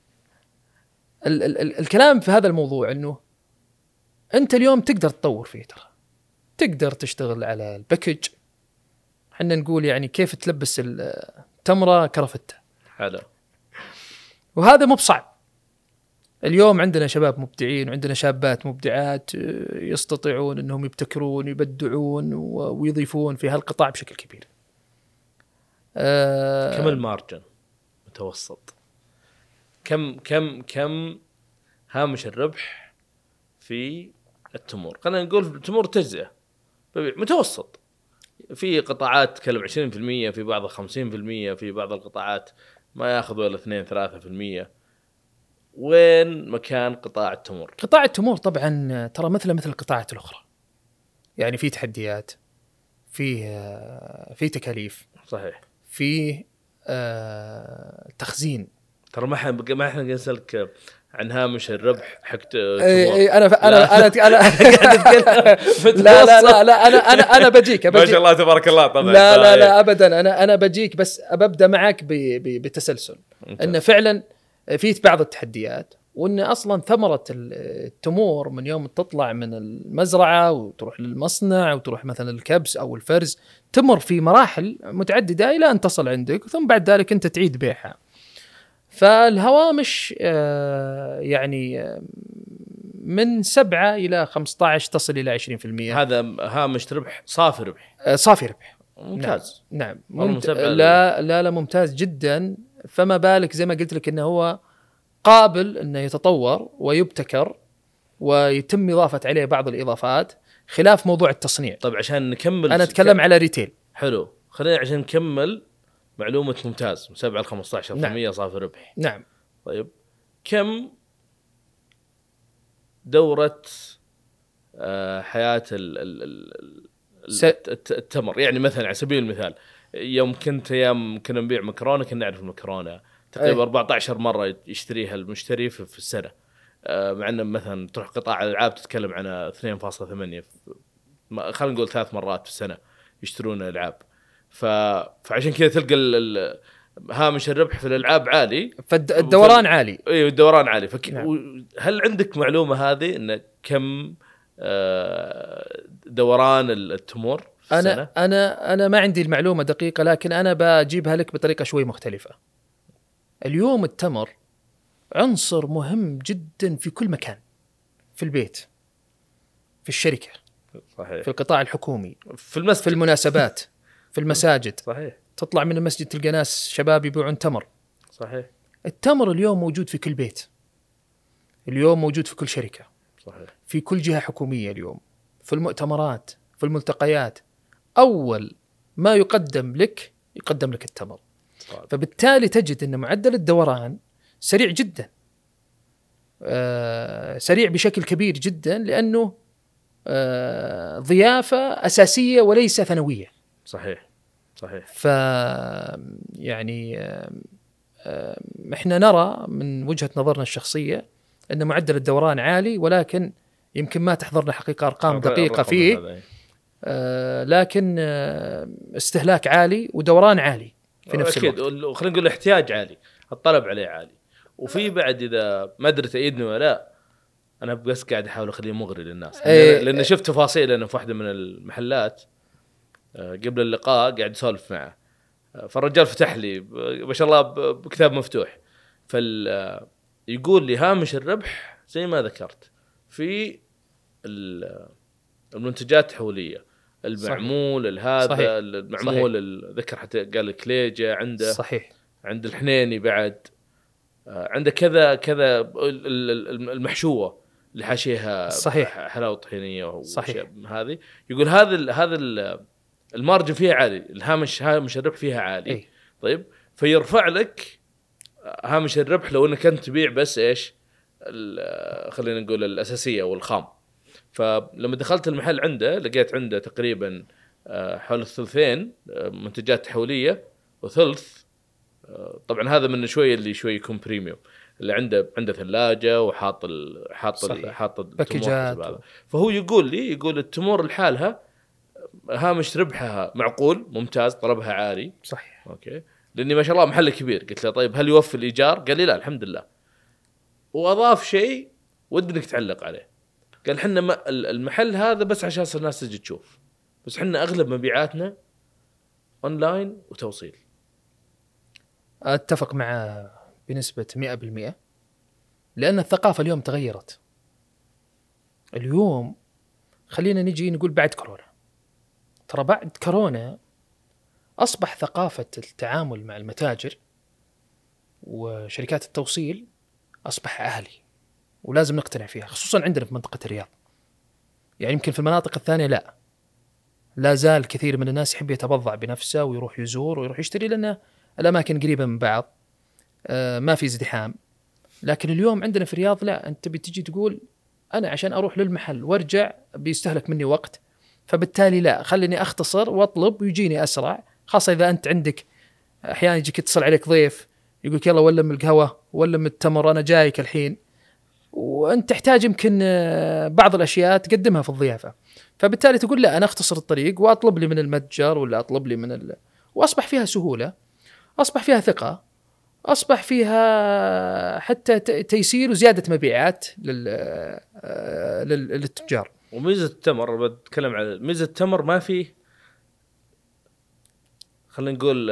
الكلام في هذا الموضوع أنه أنت اليوم تقدر تطور فيه، ترى تقدر تشتغل على الباكج. حنا نقول يعني كيف تلبس التمرة كرفتة. حلو. وهذا مو بصعب. اليوم عندنا شباب مبدعين وعندنا شابات مبدعات يستطيعون أنهم يبتكرون ويبدعون ويضيفون في هالقطاع بشكل كبير. كم المارجن متوسط؟ كم هامش الربح في التمور؟ خلينا نقول التمور تجزئة متوسط. في قطاعات تكلم 20%، في بعض 50%، في بعض القطاعات ما ياخذ ولا 2-3%. وين مكان قطاع التمور؟ قطاع التمور طبعا ترى مثل القطاعات الأخرى، يعني في تحديات، في تكاليف. صحيح. في تخزين. ترى ما احنا نسألك عن هامش الربح حق تمور. انا لا بجيك ما شاء الله تبارك الله. طبعا لا ابدا، انا بجيك، بس ابدا معك بتسلسل. ان فعلا في بعض التحديات، وان اصلا ثمره التمور من يوم تطلع من المزرعه وتروح للمصنع وتروح مثلا الكبس او الفرز، تمر في مراحل متعدده الى ان تصل عندك، ثم بعد ذلك انت تعيد بيعها. فالهوامش يعني من 7 إلى 15 تصل إلى 20%. هذا هامش ربح صافي ربح. صافي ربح. ممتاز. نعم. لا ممتاز جدا. فما بالك زي ما قلت لك إنه هو قابل إنه يتطور ويبتكر ويتم إضافة عليه بعض الإضافات، خلاف موضوع التصنيع. طيب عشان نكمل، أنا أتكلم على ريتيل. حلو. خلينا عشان نكمل معلومة ممتاز. من 7 إلى 15% نعم. صافي ربح. نعم. طيب كم دورة حياة التمر؟ يعني مثلا على سبيل المثال، يوم كنا نبيع مكرونة، كنا نعرف المكرونة تقريبا 14 مرة يشتريها المشتري في السنة. مع أن مثلا تروح قطاع الألعاب تتكلم عن 2.8، خلينا نقول 3 مرات في السنة يشترون الألعاب. فعشان كذا تلقى هامش الربح في الألعاب عالي، فالدوران عالي. ايوه الدوران عالي. نعم. هل عندك معلومة هذه ان كم دوران التمور في السنة؟ انا ما عندي المعلومة دقيقة، لكن انا بجيبها لك بطريقة شوي مختلفة. اليوم التمر عنصر مهم جدا في كل مكان، في البيت، في الشركة، صحيح، في القطاع الحكومي، في المسجد، في المناسبات، في المساجد. صحيح. تطلع من المسجد تلقى ناس شباب يبيعون تمر. صحيح. التمر اليوم موجود في كل بيت، اليوم موجود في كل شركة. صحيح. في كل جهة حكومية اليوم، في المؤتمرات، في الملتقيات، أول ما يقدم لك التمر. صحيح. فبالتالي تجد أن معدل الدوران سريع جدا، سريع بشكل كبير جدا، لأنه ضيافة أساسية وليس ثانوية. صحيح. صحيح. يعني احنا نرى من وجهة نظرنا الشخصية أن معدل الدوران عالي، ولكن يمكن ما تحضرنا حقيقة أرقام دقيقة فيه، لكن استهلاك عالي ودوران عالي في نفس الوقت. خلينا نقول الاحتياج عالي، الطلب عليه عالي. وفي بعد إذا ما أدري تأيدني ولا لا، أنا بس قاعد أحاول أخليه مغري للناس، لأن شفت تفاصيل أنا في واحدة من المحلات قبل اللقاء، قاعد أسولف معه، فالرجال فتح لي ما شاء الله بكتاب مفتوح. يقول لي هامش الربح زي ما ذكرت في المنتجات التحوليه، المعمول هذا المعمول ذكر حتى قال كليجة عنده صحيح، عند الحنيني بعد عنده كذا المحشوة اللي حاشيها صحيح حلاوة طحينية صحيح. هذه يقول هذا المارجن فيها عالي، هامش الربح فيها عالي. أي. طيب فيرفع لك هامش الربح لو انك انت تبيع بس ايش خلينا نقول الاساسيه والخام. فلما دخلت المحل عنده لقيت عنده تقريبا حول الثلثين منتجات تحوليه وثلث طبعا هذا من شويه اللي شوي يكون بريميوم اللي عنده ثلاجه وحاط باكيجات التمور. فهو يقول التمور لحالها هامش ربحها معقول ممتاز، طلبها عالي. صحيح. اوكي، لاني ما شاء الله محل كبير. قلت له طيب هل يوفي الايجار؟ قال لي لا الحمد لله. واضاف شيء ودك تعلق عليه، قال حنا المحل هذا بس عشان الناس تجي تشوف، بس حنا اغلب مبيعاتنا اونلاين وتوصيل. اتفق معه بنسبه 100%، لان الثقافه اليوم تغيرت. اليوم خلينا نجي نقول بعد كورونا، ترى بعد كورونا أصبح ثقافة التعامل مع المتاجر وشركات التوصيل أصبح عالي، ولازم نقتنع فيها، خصوصا عندنا في منطقة الرياض. يعني يمكن في المناطق الثانية لا زال كثير من الناس يحب يتبضع بنفسه ويروح يزور ويروح يشتري، لأن الأماكن قريبة من بعض، ما في ازدحام. لكن اليوم عندنا في الرياض لا، أنت بتجي تقول أنا عشان أروح للمحل وارجع بيستهلك مني وقت، فبالتالي لا، خليني أختصر وأطلب ويجيني أسرع. خاصة إذا أنت عندك أحيانا يجيك يتصل عليك ضيف يقولك يلا ولم القهوة ولم التمر أنا جايك الحين، وأنت تحتاج يمكن بعض الأشياء تقدمها في الضيافة، فبالتالي تقول لا أنا أختصر الطريق وأطلب لي من المتجر ولا أطلب لي وأصبح فيها سهولة، أصبح فيها ثقة، أصبح فيها حتى تيسير وزيادة مبيعات للتجار. وميزة التمر بتكلم على ميزة التمر، ما فيه خلينا نقول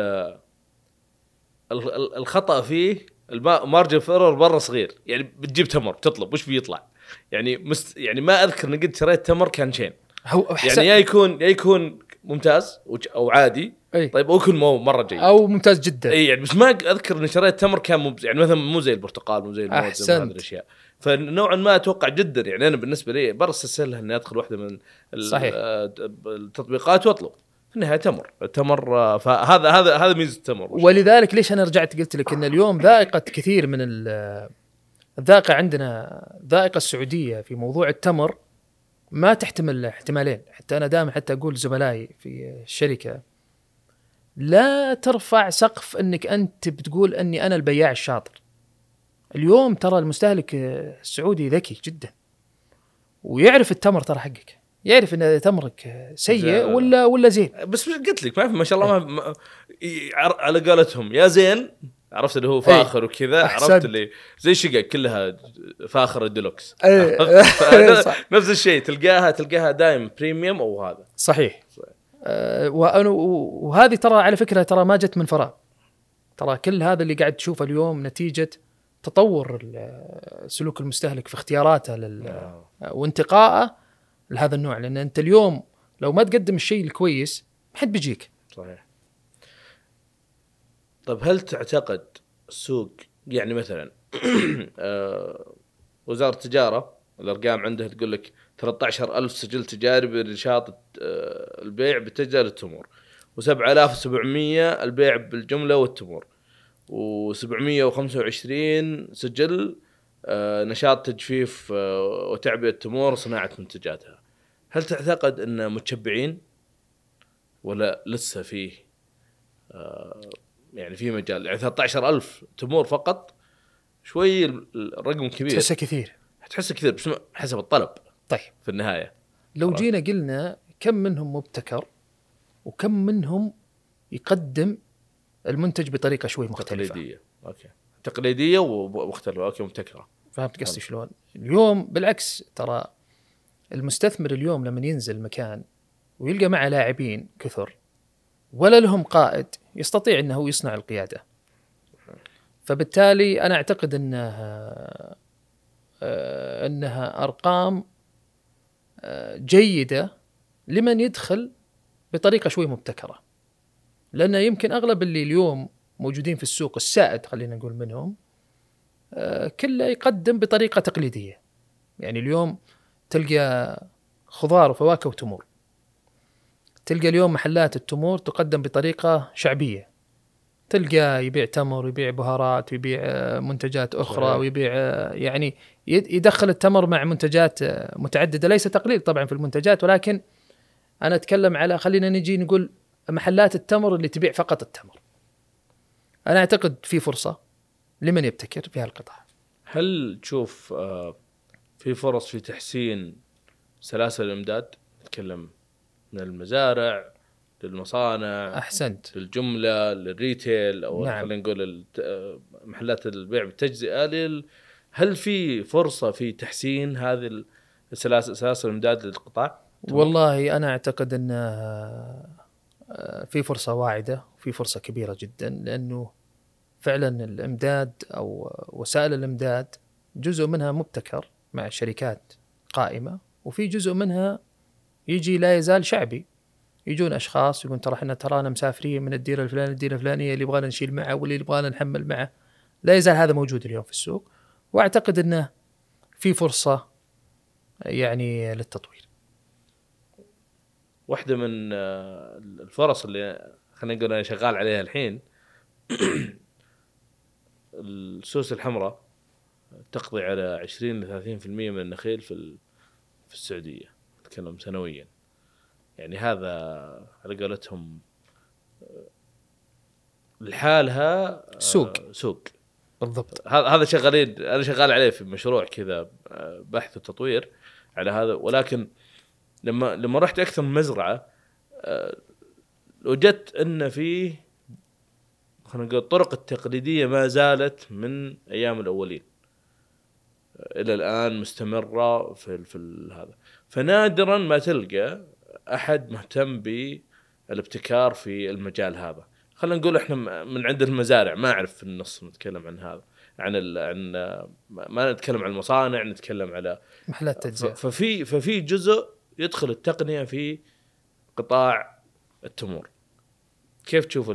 الخطأ فيه مارجن فيرور برا صغير. يعني بتجيب تمر بتطلب وش بيطلع، يعني ما أذكر إن قد شريت تمر كان شين. يعني يا يكون ممتاز أو عادي. أي. طيب أو يكون مرة جيد أو ممتاز جدا. أي يعني بس ما أذكر إن شريت تمر كان يعني مثلا مو زي البرتقال مو زي الموز هذه الأشياء. فنوعا ما أتوقع جدا يعني أنا بالنسبة لي برس السهل إني أدخل واحدة من التطبيقات وأطلب في النهاية تمر. فهذا ميزة التمر. ولذلك ليش أنا رجعت قلت لك إن اليوم ذائقة كثير من الذائقة عندنا، ذائقة السعودية في موضوع التمر ما تحتمل احتمالين. حتى أنا دائما حتى أقول زملائي في الشركة لا ترفع سقف أنك أنت بتقول أني أنا البياع الشاطر. اليوم ترى المستهلك السعودي ذكي جدا ويعرف التمر ترى حقك، يعرف ان تمرك سيء ولا زين. بس قلت لك ما شاء الله على قولتهم يا زين، عرفت اللي هو فاخر وكذا، عرفت اللي زي شقق كلها فاخر الديلوكس. نفس الشيء تلقاها دائم بريميوم او هذا صحيح. وهذه ترى على فكرة ترى ما جت من فراغ، ترى كل هذا اللي قاعد تشوفه اليوم نتيجة تطور سلوك المستهلك في اختياراته وانتقائه لهذا النوع. لأن أنت اليوم لو ما تقدم الشيء الكويس ما حد بيجيك. صحيح. طب هل تعتقد السوق يعني مثلا وزارة التجارة الأرقام عندها تقول لك 13,000 سجل تجاري برشاط البيع بتجار التمور، و7,700 البيع بالجملة والتمور، و725 سجل نشاط تجفيف وتعبئة التمور وصناعة منتجاتها. هل تعتقد أن متشبعين ولا لسه فيه يعني في مجال؟ يعني 13,000 تمور فقط شوي الرقم كبير، تحسه كثير بس حسب الطلب. طيب في النهاية لو جينا قلنا كم منهم مبتكر وكم منهم يقدم المنتج بطريقة شوي مختلفة. تقليدية. أوكي. تقليدية ومختلفة. أوكي مبتكرة. فهمت قصدي شلون؟ اليوم بالعكس ترى المستثمر اليوم لما ينزل مكان ويلقى معه لاعبين كثر ولا لهم قائد يستطيع أنه يصنع القيادة. فبالتالي أنا أعتقد أنها أرقام جيدة لمن يدخل بطريقة شوي مبتكرة، لأن يمكن أغلب اللي اليوم موجودين في السوق السائد خلينا نقول منهم كله يقدم بطريقة تقليدية. يعني اليوم تلقى خضار وفواكه وتمور، تلقى اليوم محلات التمور تقدم بطريقة شعبية، تلقى يبيع تمر، يبيع بهارات، يبيع منتجات أخرى صحيح. ويبيع يعني يدخل التمر مع منتجات متعددة، ليس تقليل طبعا في المنتجات، ولكن أنا أتكلم على خلينا نجي نقول محلات التمر اللي تبيع فقط التمر. أنا أعتقد في فرصة لمن يبتكر في هالقطاع. هل تشوف في فرص في تحسين سلاسل الإمداد؟ نتكلم من المزارع للمصانع، أحسنت، للجملة، للريتيل، أو نعم. خلينا نقول محلات البيع بالتجزئة. هل في فرصة في تحسين هذه سلاسل الإمداد للقطاع؟ والله أنا أعتقد أن في فرصة واعدة وفي فرصة كبيرة جدا، لأنه فعلا الإمداد أو وسائل الإمداد جزء منها مبتكر مع شركات قائمة، وفي جزء منها يجي لا يزال شعبي. يجون أشخاص يقولون ترانا مسافرين من الديرة الفلانية الديرة الفلانية، اللي يبغانا نشيل معه واللي يبغانا نحمل معه. لا يزال هذا موجود اليوم في السوق، وأعتقد أنه في فرصة يعني للتطوير. واحدة من الفرص اللي خلينا نقول أنا شغال عليها الحين السوس الحمراء تقضي على 20 ل 30% من النخيل في السعودية، نتكلم سنويا. يعني هذا على قولتهم لحالها سوق بالضبط. هذا شغالين، أنا شغال عليه في مشروع كذا بحث وتطوير على هذا. ولكن لما رحت أكثر من مزرعة وجدت أن فيه خلينا نقول الطرق التقليدية ما زالت من أيام الأولين إلى الآن مستمرة في هذا. فنادرا ما تلقى أحد مهتم بالابتكار في المجال هذا. خلينا نقول إحنا من عند المزارع ما أعرف في النص نتكلم عن هذا، عن ما نتكلم عن المصانع، نتكلم على محلات تجزئة. ففي جزء يدخل التقنية في قطاع التمور. كيف تشوف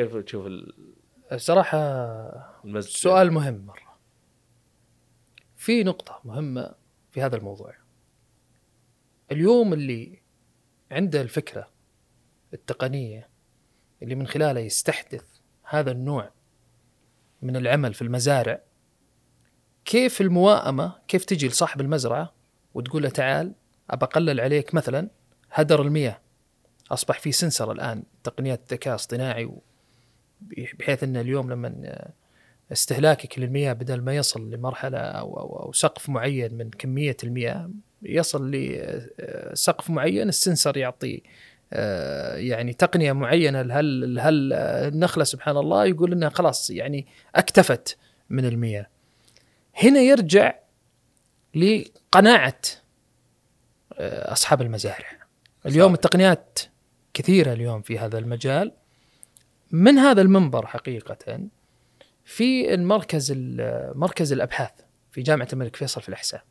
الصراحة سؤال مهم مرة. في نقطة مهمة في هذا الموضوع. اليوم اللي عنده الفكرة التقنية اللي من خلالها يستحدث هذا النوع من العمل في المزارع، كيف المواءمة، كيف تجي لصاحب المزرعة وتقول له تعال أبى أقلل عليك مثلا هدر المياه. أصبح في سنسر الآن، تقنيات ذكاء اصطناعي، بحيث أن اليوم لما استهلاكك للمياه بدل ما يصل لمرحلة أو سقف معين من كمية المياه، يصل لسقف معين، السنسر يعطي يعني تقنية معينة هل النخلة سبحان الله يقول لنا خلاص يعني اكتفت من المياه. هنا يرجع لقناعة أصحاب المزارع. اليوم التقنيات كثيرة اليوم في هذا المجال. من هذا المنبر حقيقة في مركز الأبحاث في جامعة الملك فيصل في الأحساء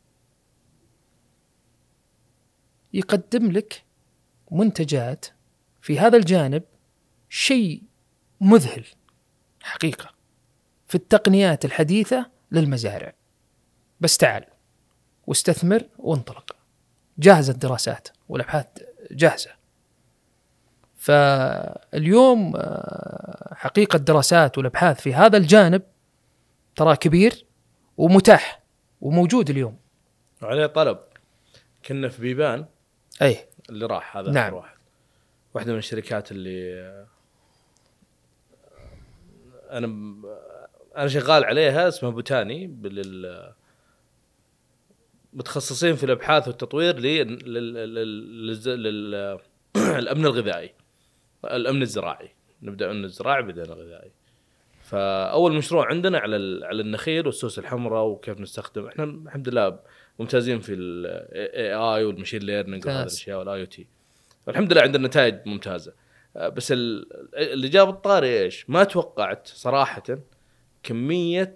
يقدم لك منتجات في هذا الجانب، شيء مذهل حقيقة في التقنيات الحديثة للمزارع. بس تعال واستثمر وانطلق. جاهزة الدراسات والأبحاث جاهزة. فاليوم حقيقة الدراسات والأبحاث في هذا الجانب ترى كبير ومتاح وموجود اليوم عليه طلب. كنا في بيبان اللي راح هذا نعم. واحدة من الشركات اللي أنا شغال عليها اسمها بوتاني، متخصصين في الأبحاث والتطوير للأمن الغذائي، الأمن الزراعي. نبدأ من الزراعة بدأنا الغذائي. فأول مشروع عندنا على النخيل والسوس الحمراء وكيف نستخدم. إحنا الحمد لله ممتازين في ال AI والمشين ليرنينج وهذه الأشياء والIoT. الحمد لله عندنا نتائج ممتازة. بس اللي جاب الطاري ايش؟ ما توقعت صراحة كمية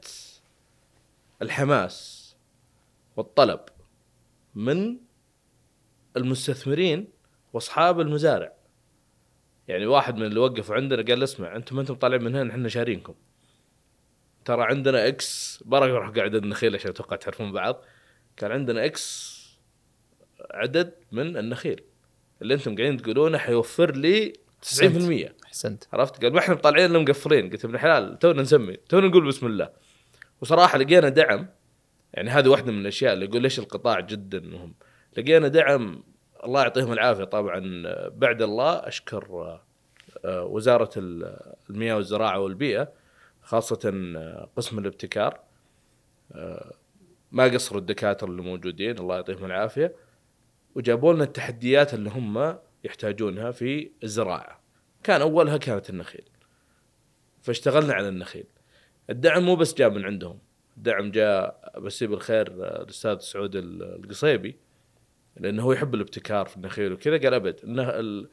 الحماس والطلب من المستثمرين واصحاب المزارع. يعني واحد من اللي وقفوا عندنا قال اسمع انتم ما انتم طالعين من هنا، احنا شارينكم، ترى عندنا اكس. برا راح قاعد النخيل عشان اتوقع تعرفون بعض. كان عندنا اكس عدد من النخيل اللي انتم قاعدين تقولونه حيوفر لي 90%. احسنت. عرفت؟ قال ما احنا طالعين الا مقفلين. قلت ابن الحلال تونا نسمي، تونا نقول بسم الله. وصراحه لقينا دعم. يعني هذه واحدة من الاشياء اللي يقول ليش القطاع جدا مهم. لقينا دعم، الله يعطيهم العافيه طبعا. بعد الله اشكر وزاره المياه والزراعه والبيئه، خاصه قسم الابتكار. ما قصروا الدكاتره اللي موجودين، الله يعطيهم العافيه، وجابوا لنا التحديات اللي هم يحتاجونها في الزراعه. كان اولها كانت النخيل، فاشتغلنا على النخيل. الدعم مو بس جاء من عندهم، الدعم جاء بس بالخير الاستاذ سعود القصيبي، لانه هو يحب الابتكار في النخيل وكذا. قال ابد انه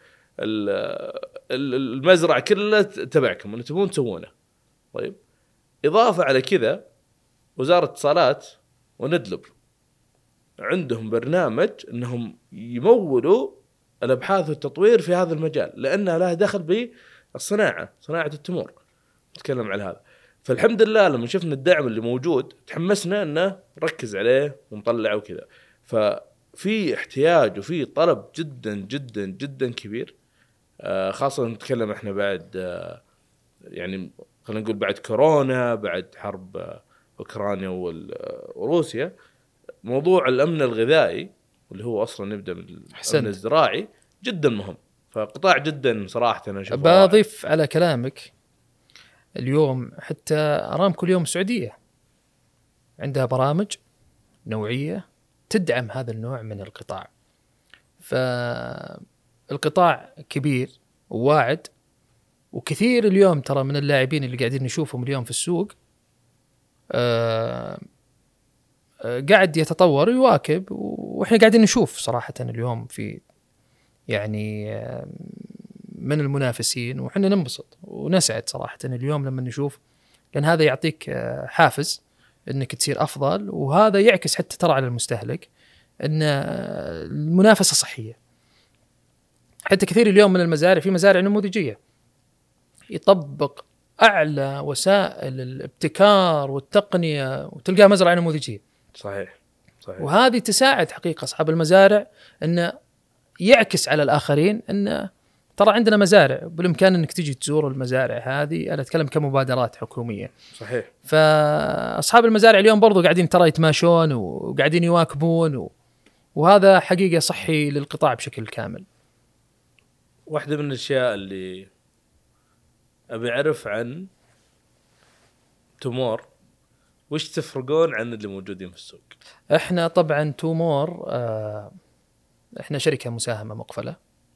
المزرعه كلها تبعكم، انتم تبون تسوونه. طيب اضافه على كذا وزاره اتصالات وندلب عندهم برنامج انهم يمولوا الابحاث والتطوير في هذا المجال، لانها لها دخل بالصناعه، صناعه التمور. نتكلم على هذا. فالحمد لله لما شفنا الدعم اللي موجود تحمسنا انه نركز عليه ونطلعه وكذا. ففي احتياج وفي طلب جدا جدا جدا كبير، خاصة نتكلم احنا بعد يعني خلينا نقول بعد كورونا، بعد حرب اوكرانيا وروسيا. موضوع الامن الغذائي اللي هو اصلا نبدا من الامن الزراعي جدا مهم. فقطاع جدا صراحة انا اشوفه. بضيف على كلامك، اليوم حتى أرامكو اليوم السعودية عندها برامج نوعية تدعم هذا النوع من القطاع. فالقطاع كبير وواعد، وكثير اليوم ترى من اللاعبين اللي قاعدين نشوفهم اليوم في السوق قاعد يتطور ويواكب، وإحنا قاعدين نشوف صراحة اليوم في يعني من المنافسين، وحنا ننبسط ونسعد صراحة اليوم لما نشوف، لأن هذا يعطيك حافز أنك تصير أفضل، وهذا يعكس حتى ترى على المستهلك أن المنافسة صحية. حتى كثير اليوم من المزارع، في مزارع نموذجية يطبق أعلى وسائل الابتكار والتقنية وتلقى مزرعة نموذجية. صحيح. وهذه تساعد حقيقة أصحاب المزارع أن يعكس على الآخرين أن ترى عندنا مزارع، بالإمكان أنك تجي تزور المزارع هذه. أنا أتكلم كمبادرات حكومية. صحيح. فأصحاب المزارع اليوم برضو قاعدين ترى يتماشون وقاعدين يواكبون، وهذا حقيقة صحي للقطاع بشكل كامل. واحدة من الأشياء اللي أبي أعرف عن تومور، وش تفرقون عن اللي موجودين في السوق؟ إحنا طبعا تومور إحنا شركة مساهمة مقفلة.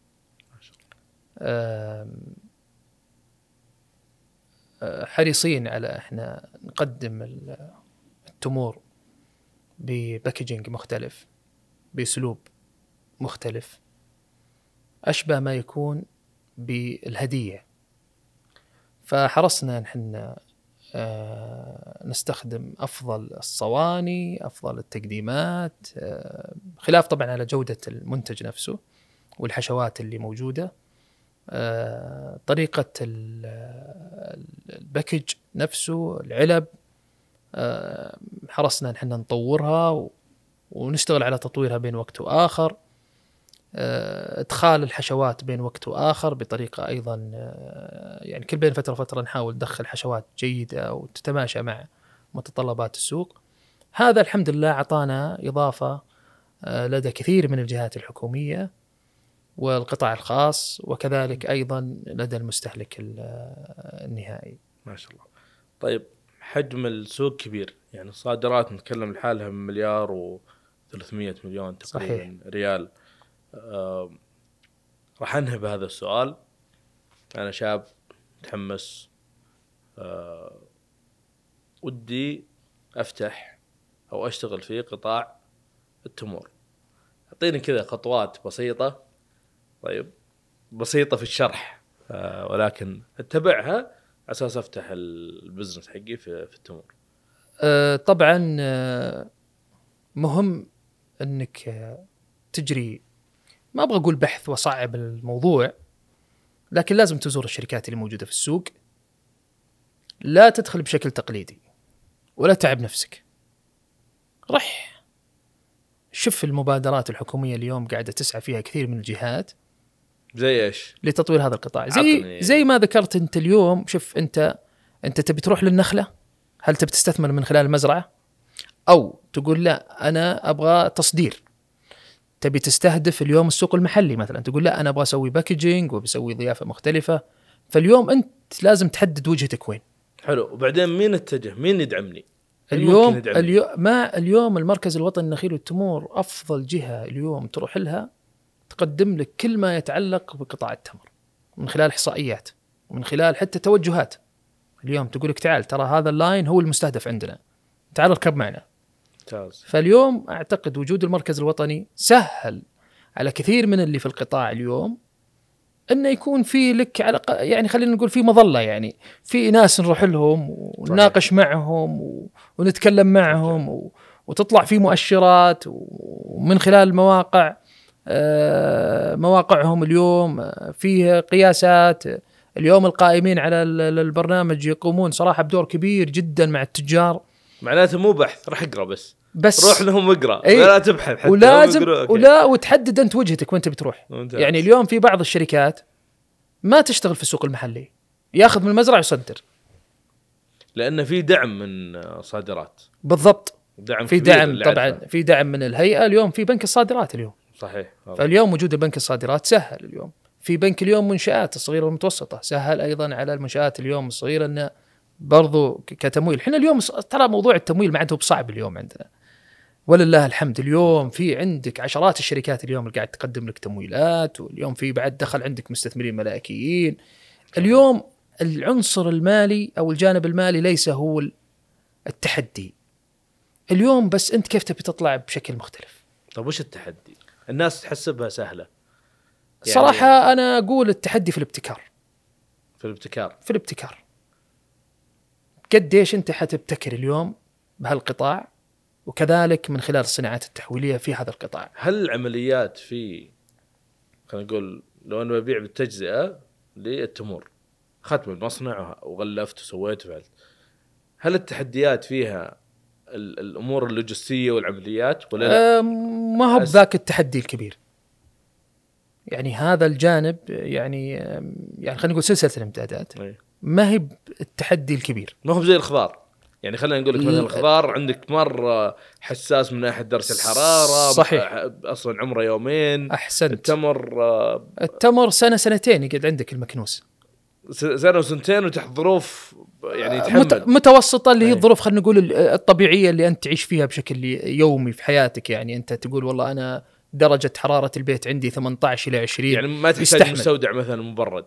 حريصين على إحنا نقدم التمور بباكجينج مختلف، بأسلوب مختلف، أشبه ما يكون بالهدية. فحرصنا نحن نستخدم أفضل الصواني، أفضل التقديمات، خلاف طبعا على جودة المنتج نفسه والحشوات اللي موجودة. طريقة الباكج نفسه، العلب، حرصنا نحن نطورها ونشتغل على تطويرها بين وقت وآخر. ادخال الحشوات بين وقت وآخر بطريقة أيضا يعني كل بين فترة وفترة نحاول ندخل حشوات جيدة وتتماشى مع متطلبات السوق. هذا الحمد لله عطانا إضافة لدى كثير من الجهات الحكومية والقطاع الخاص، وكذلك أيضا لدى المستهلك النهائي. ما شاء الله. طيب حجم السوق كبير، يعني الصادرات نتكلم لحالها من 1,300 مليون تقريبا. صحيح. ريال. راح أنهي بهذا السؤال. أنا شاب متحمس، ودي أفتح أو أشتغل في قطاع التمور. أعطيني كذا خطوات بسيطة. طيب بسيطة في الشرح، ولكن اتبعها على اساس افتح البزنس حقي في التمور. طبعا مهم انك تجري، ما ابغى اقول بحث وصعب الموضوع، لكن لازم تزور الشركات اللي موجوده في السوق. لا تدخل بشكل تقليدي ولا تعب نفسك. رح شوف المبادرات الحكوميه اليوم قاعده تسعى فيها كثير من الجهات زي ايش؟ لتطوير هذا القطاع. زي ما ذكرت انت اليوم. شوف انت تبي تروح للنخله، هل تبي تستثمر من خلال المزرعه، او تقول لا انا ابغى تصدير، تبي تستهدف اليوم السوق المحلي مثلا، تقول لا انا ابغى اسوي باكجينج وبسوي ضيافه مختلفه. فاليوم انت لازم تحدد وجهتك وين. حلو. وبعدين مين اتجه؟ مين يدعمني اليوم المركز الوطني للنخيل والتمور افضل جهه اليوم تروح لها تقدم لك كل ما يتعلق بقطاع التمر من خلال احصائيات ومن خلال حتى توجهات. اليوم تقول لك تعال ترى هذا اللاين هو المستهدف عندنا، تعال اركب معنا. ممتاز. فاليوم اعتقد وجود المركز الوطني سهل على كثير من اللي في القطاع اليوم انه يكون في لك على يعني خلينا نقول في مظله، يعني في ناس نروح لهم ونناقش معهم ونتكلم معهم وتطلع في مؤشرات، ومن خلال مواقعهم اليوم فيه قياسات. اليوم القائمين على البرنامج يقومون صراحه بدور كبير جدا مع التجار. معناته مو بحث، راح اقرا بس روح لهم اقرا، لا تبحث حتى ولازم وتحدد انت وجهتك وين تبي تروح. يعني اليوم في بعض الشركات ما تشتغل في السوق المحلي، ياخذ من المزرعه ويصدر، لان في دعم من صادرات. بالضبط، في دعم طبعا، في دعم من الهيئه. اليوم في بنك الصادرات اليوم، صحيح. فاليوم وجود بنك الصادرات سهل. اليوم في بنك اليوم منشآت الصغيره والمتوسطه، سهل ايضا على المنشآت اليوم الصغيره انه برضو كتمويل. احنا اليوم ترى موضوع التمويل ما عاد بصعب اليوم عندنا ولله الحمد. اليوم في عندك عشرات الشركات اليوم اللي قاعد تقدم لك تمويلات، واليوم في بعد دخل عندك مستثمرين ملائكيين. اليوم العنصر المالي او الجانب المالي ليس هو التحدي اليوم، بس انت كيف تبي تطلع بشكل مختلف. طب وش التحدي؟ الناس تحسبها سهله يعني صراحه انا اقول التحدي في الابتكار. في الابتكار قديش انت حتبتكر اليوم بهالقطاع، وكذلك من خلال الصناعات التحويليه في هذا القطاع. هل العمليات في خلينا نقول لو انا ببيع بالتجزئه للتمور، ختم المصنع وغلفت وسويت وفعلت، هل التحديات فيها الامور اللوجستيه والعمليات ولا لا؟ ما هو بذاك التحدي الكبير. يعني هذا الجانب يعني خلينا نقول سلسله الامدادات ما هي التحدي الكبير، ما هو زي الخضار. يعني خلينا نقول لك مثلا الخضار عندك مرة حساس من ناحية درجة الحرارة. صحيح. أصلا عمره يومين. أحسنت. التمر سنة سنتين يقعد عندك المكنوس، سنة وسنتين، وتحت ظروف يعني يتحمل متوسطة اللي هي الظروف خلينا نقول الطبيعية اللي أنت تعيش فيها بشكل يومي في حياتك. يعني أنت تقول والله أنا درجة حرارة البيت عندي 18 إلى 20، يعني ما تحتاج مستودع مثلا مبرد.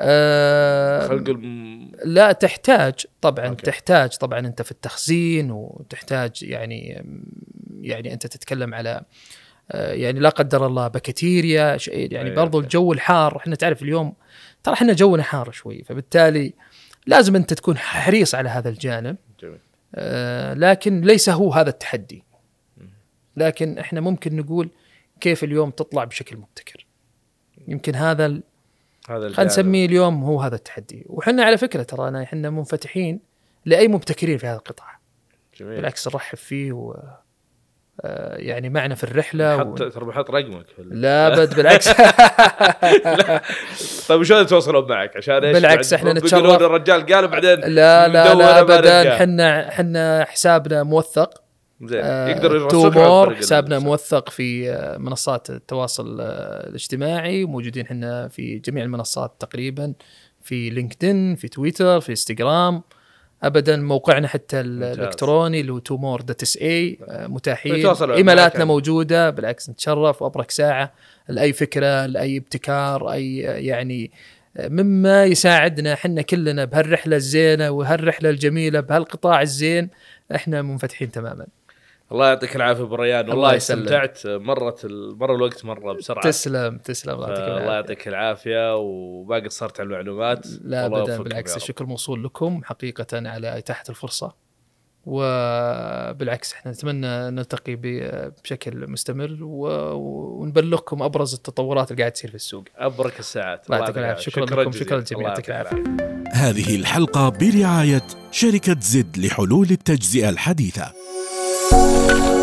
لا تحتاج طبعا. أوكي. تحتاج طبعا انت في التخزين، وتحتاج يعني انت تتكلم على يعني لا قدر الله بكتيريا يعني برضو الجو الحار. احنا تعرف اليوم ترى احنا جونا حار شوي، فبالتالي لازم انت تكون حريص على هذا الجانب. لكن ليس هو هذا التحدي، لكن احنا ممكن نقول كيف اليوم تطلع بشكل مبتكر. يمكن هذا خلينا نسميه اليوم هو هذا التحدي. وحنا على فكرة ترانا احنا منفتحين لأي مبتكرين في هذا القطاع. جميل. بالعكس نرحب فيه يعني معنا في الرحلة. ترى بحط رقمك لا بد بالعكس. لا. طيب وش توصلوا معك عشان ايش؟ بالعكس احنا نتشرف. الرجال قال بعدين لا أبدا. حنا حسابنا موثق. يقدروا يرسلوا حسابنا موثق في منصات التواصل الاجتماعي، موجودين حنا في جميع المنصات تقريبا، في لينكدين، في تويتر، في انستغرام. ابدا موقعنا حتى الالكتروني اللي هو tumor.sa متاحين، ايميلاتنا موجوده. بالعكس نتشرف وابرك ساعه لاي فكره، لاي ابتكار، اي يعني مما يساعدنا حنا كلنا بهالرحله الزينه وهالرحله الجميله بهالقطاع الزين. احنا منفتحين تماما. الله يعطيك العافيه ابو ريان، الله والله يسلمك. استمتعت. مر الوقت مره بسرعه. تسلم الله يعطيك العافيه، وما قصرت على المعلومات. لا ابدا، بالعكس الشكر موصول لكم حقيقه على اتاحه الفرصه، وبالعكس احنا نتمنى نلتقي بشكل مستمر ونبلغكم ابرز التطورات اللي قاعد تصير في السوق. ابرك الساعات. الله يعطيك العافيه. شكرا لكم، شكرا للجميع، يعطيك العافيه. هذه الحلقة برعاية شركة زد لحلول التجزئة الحديثة.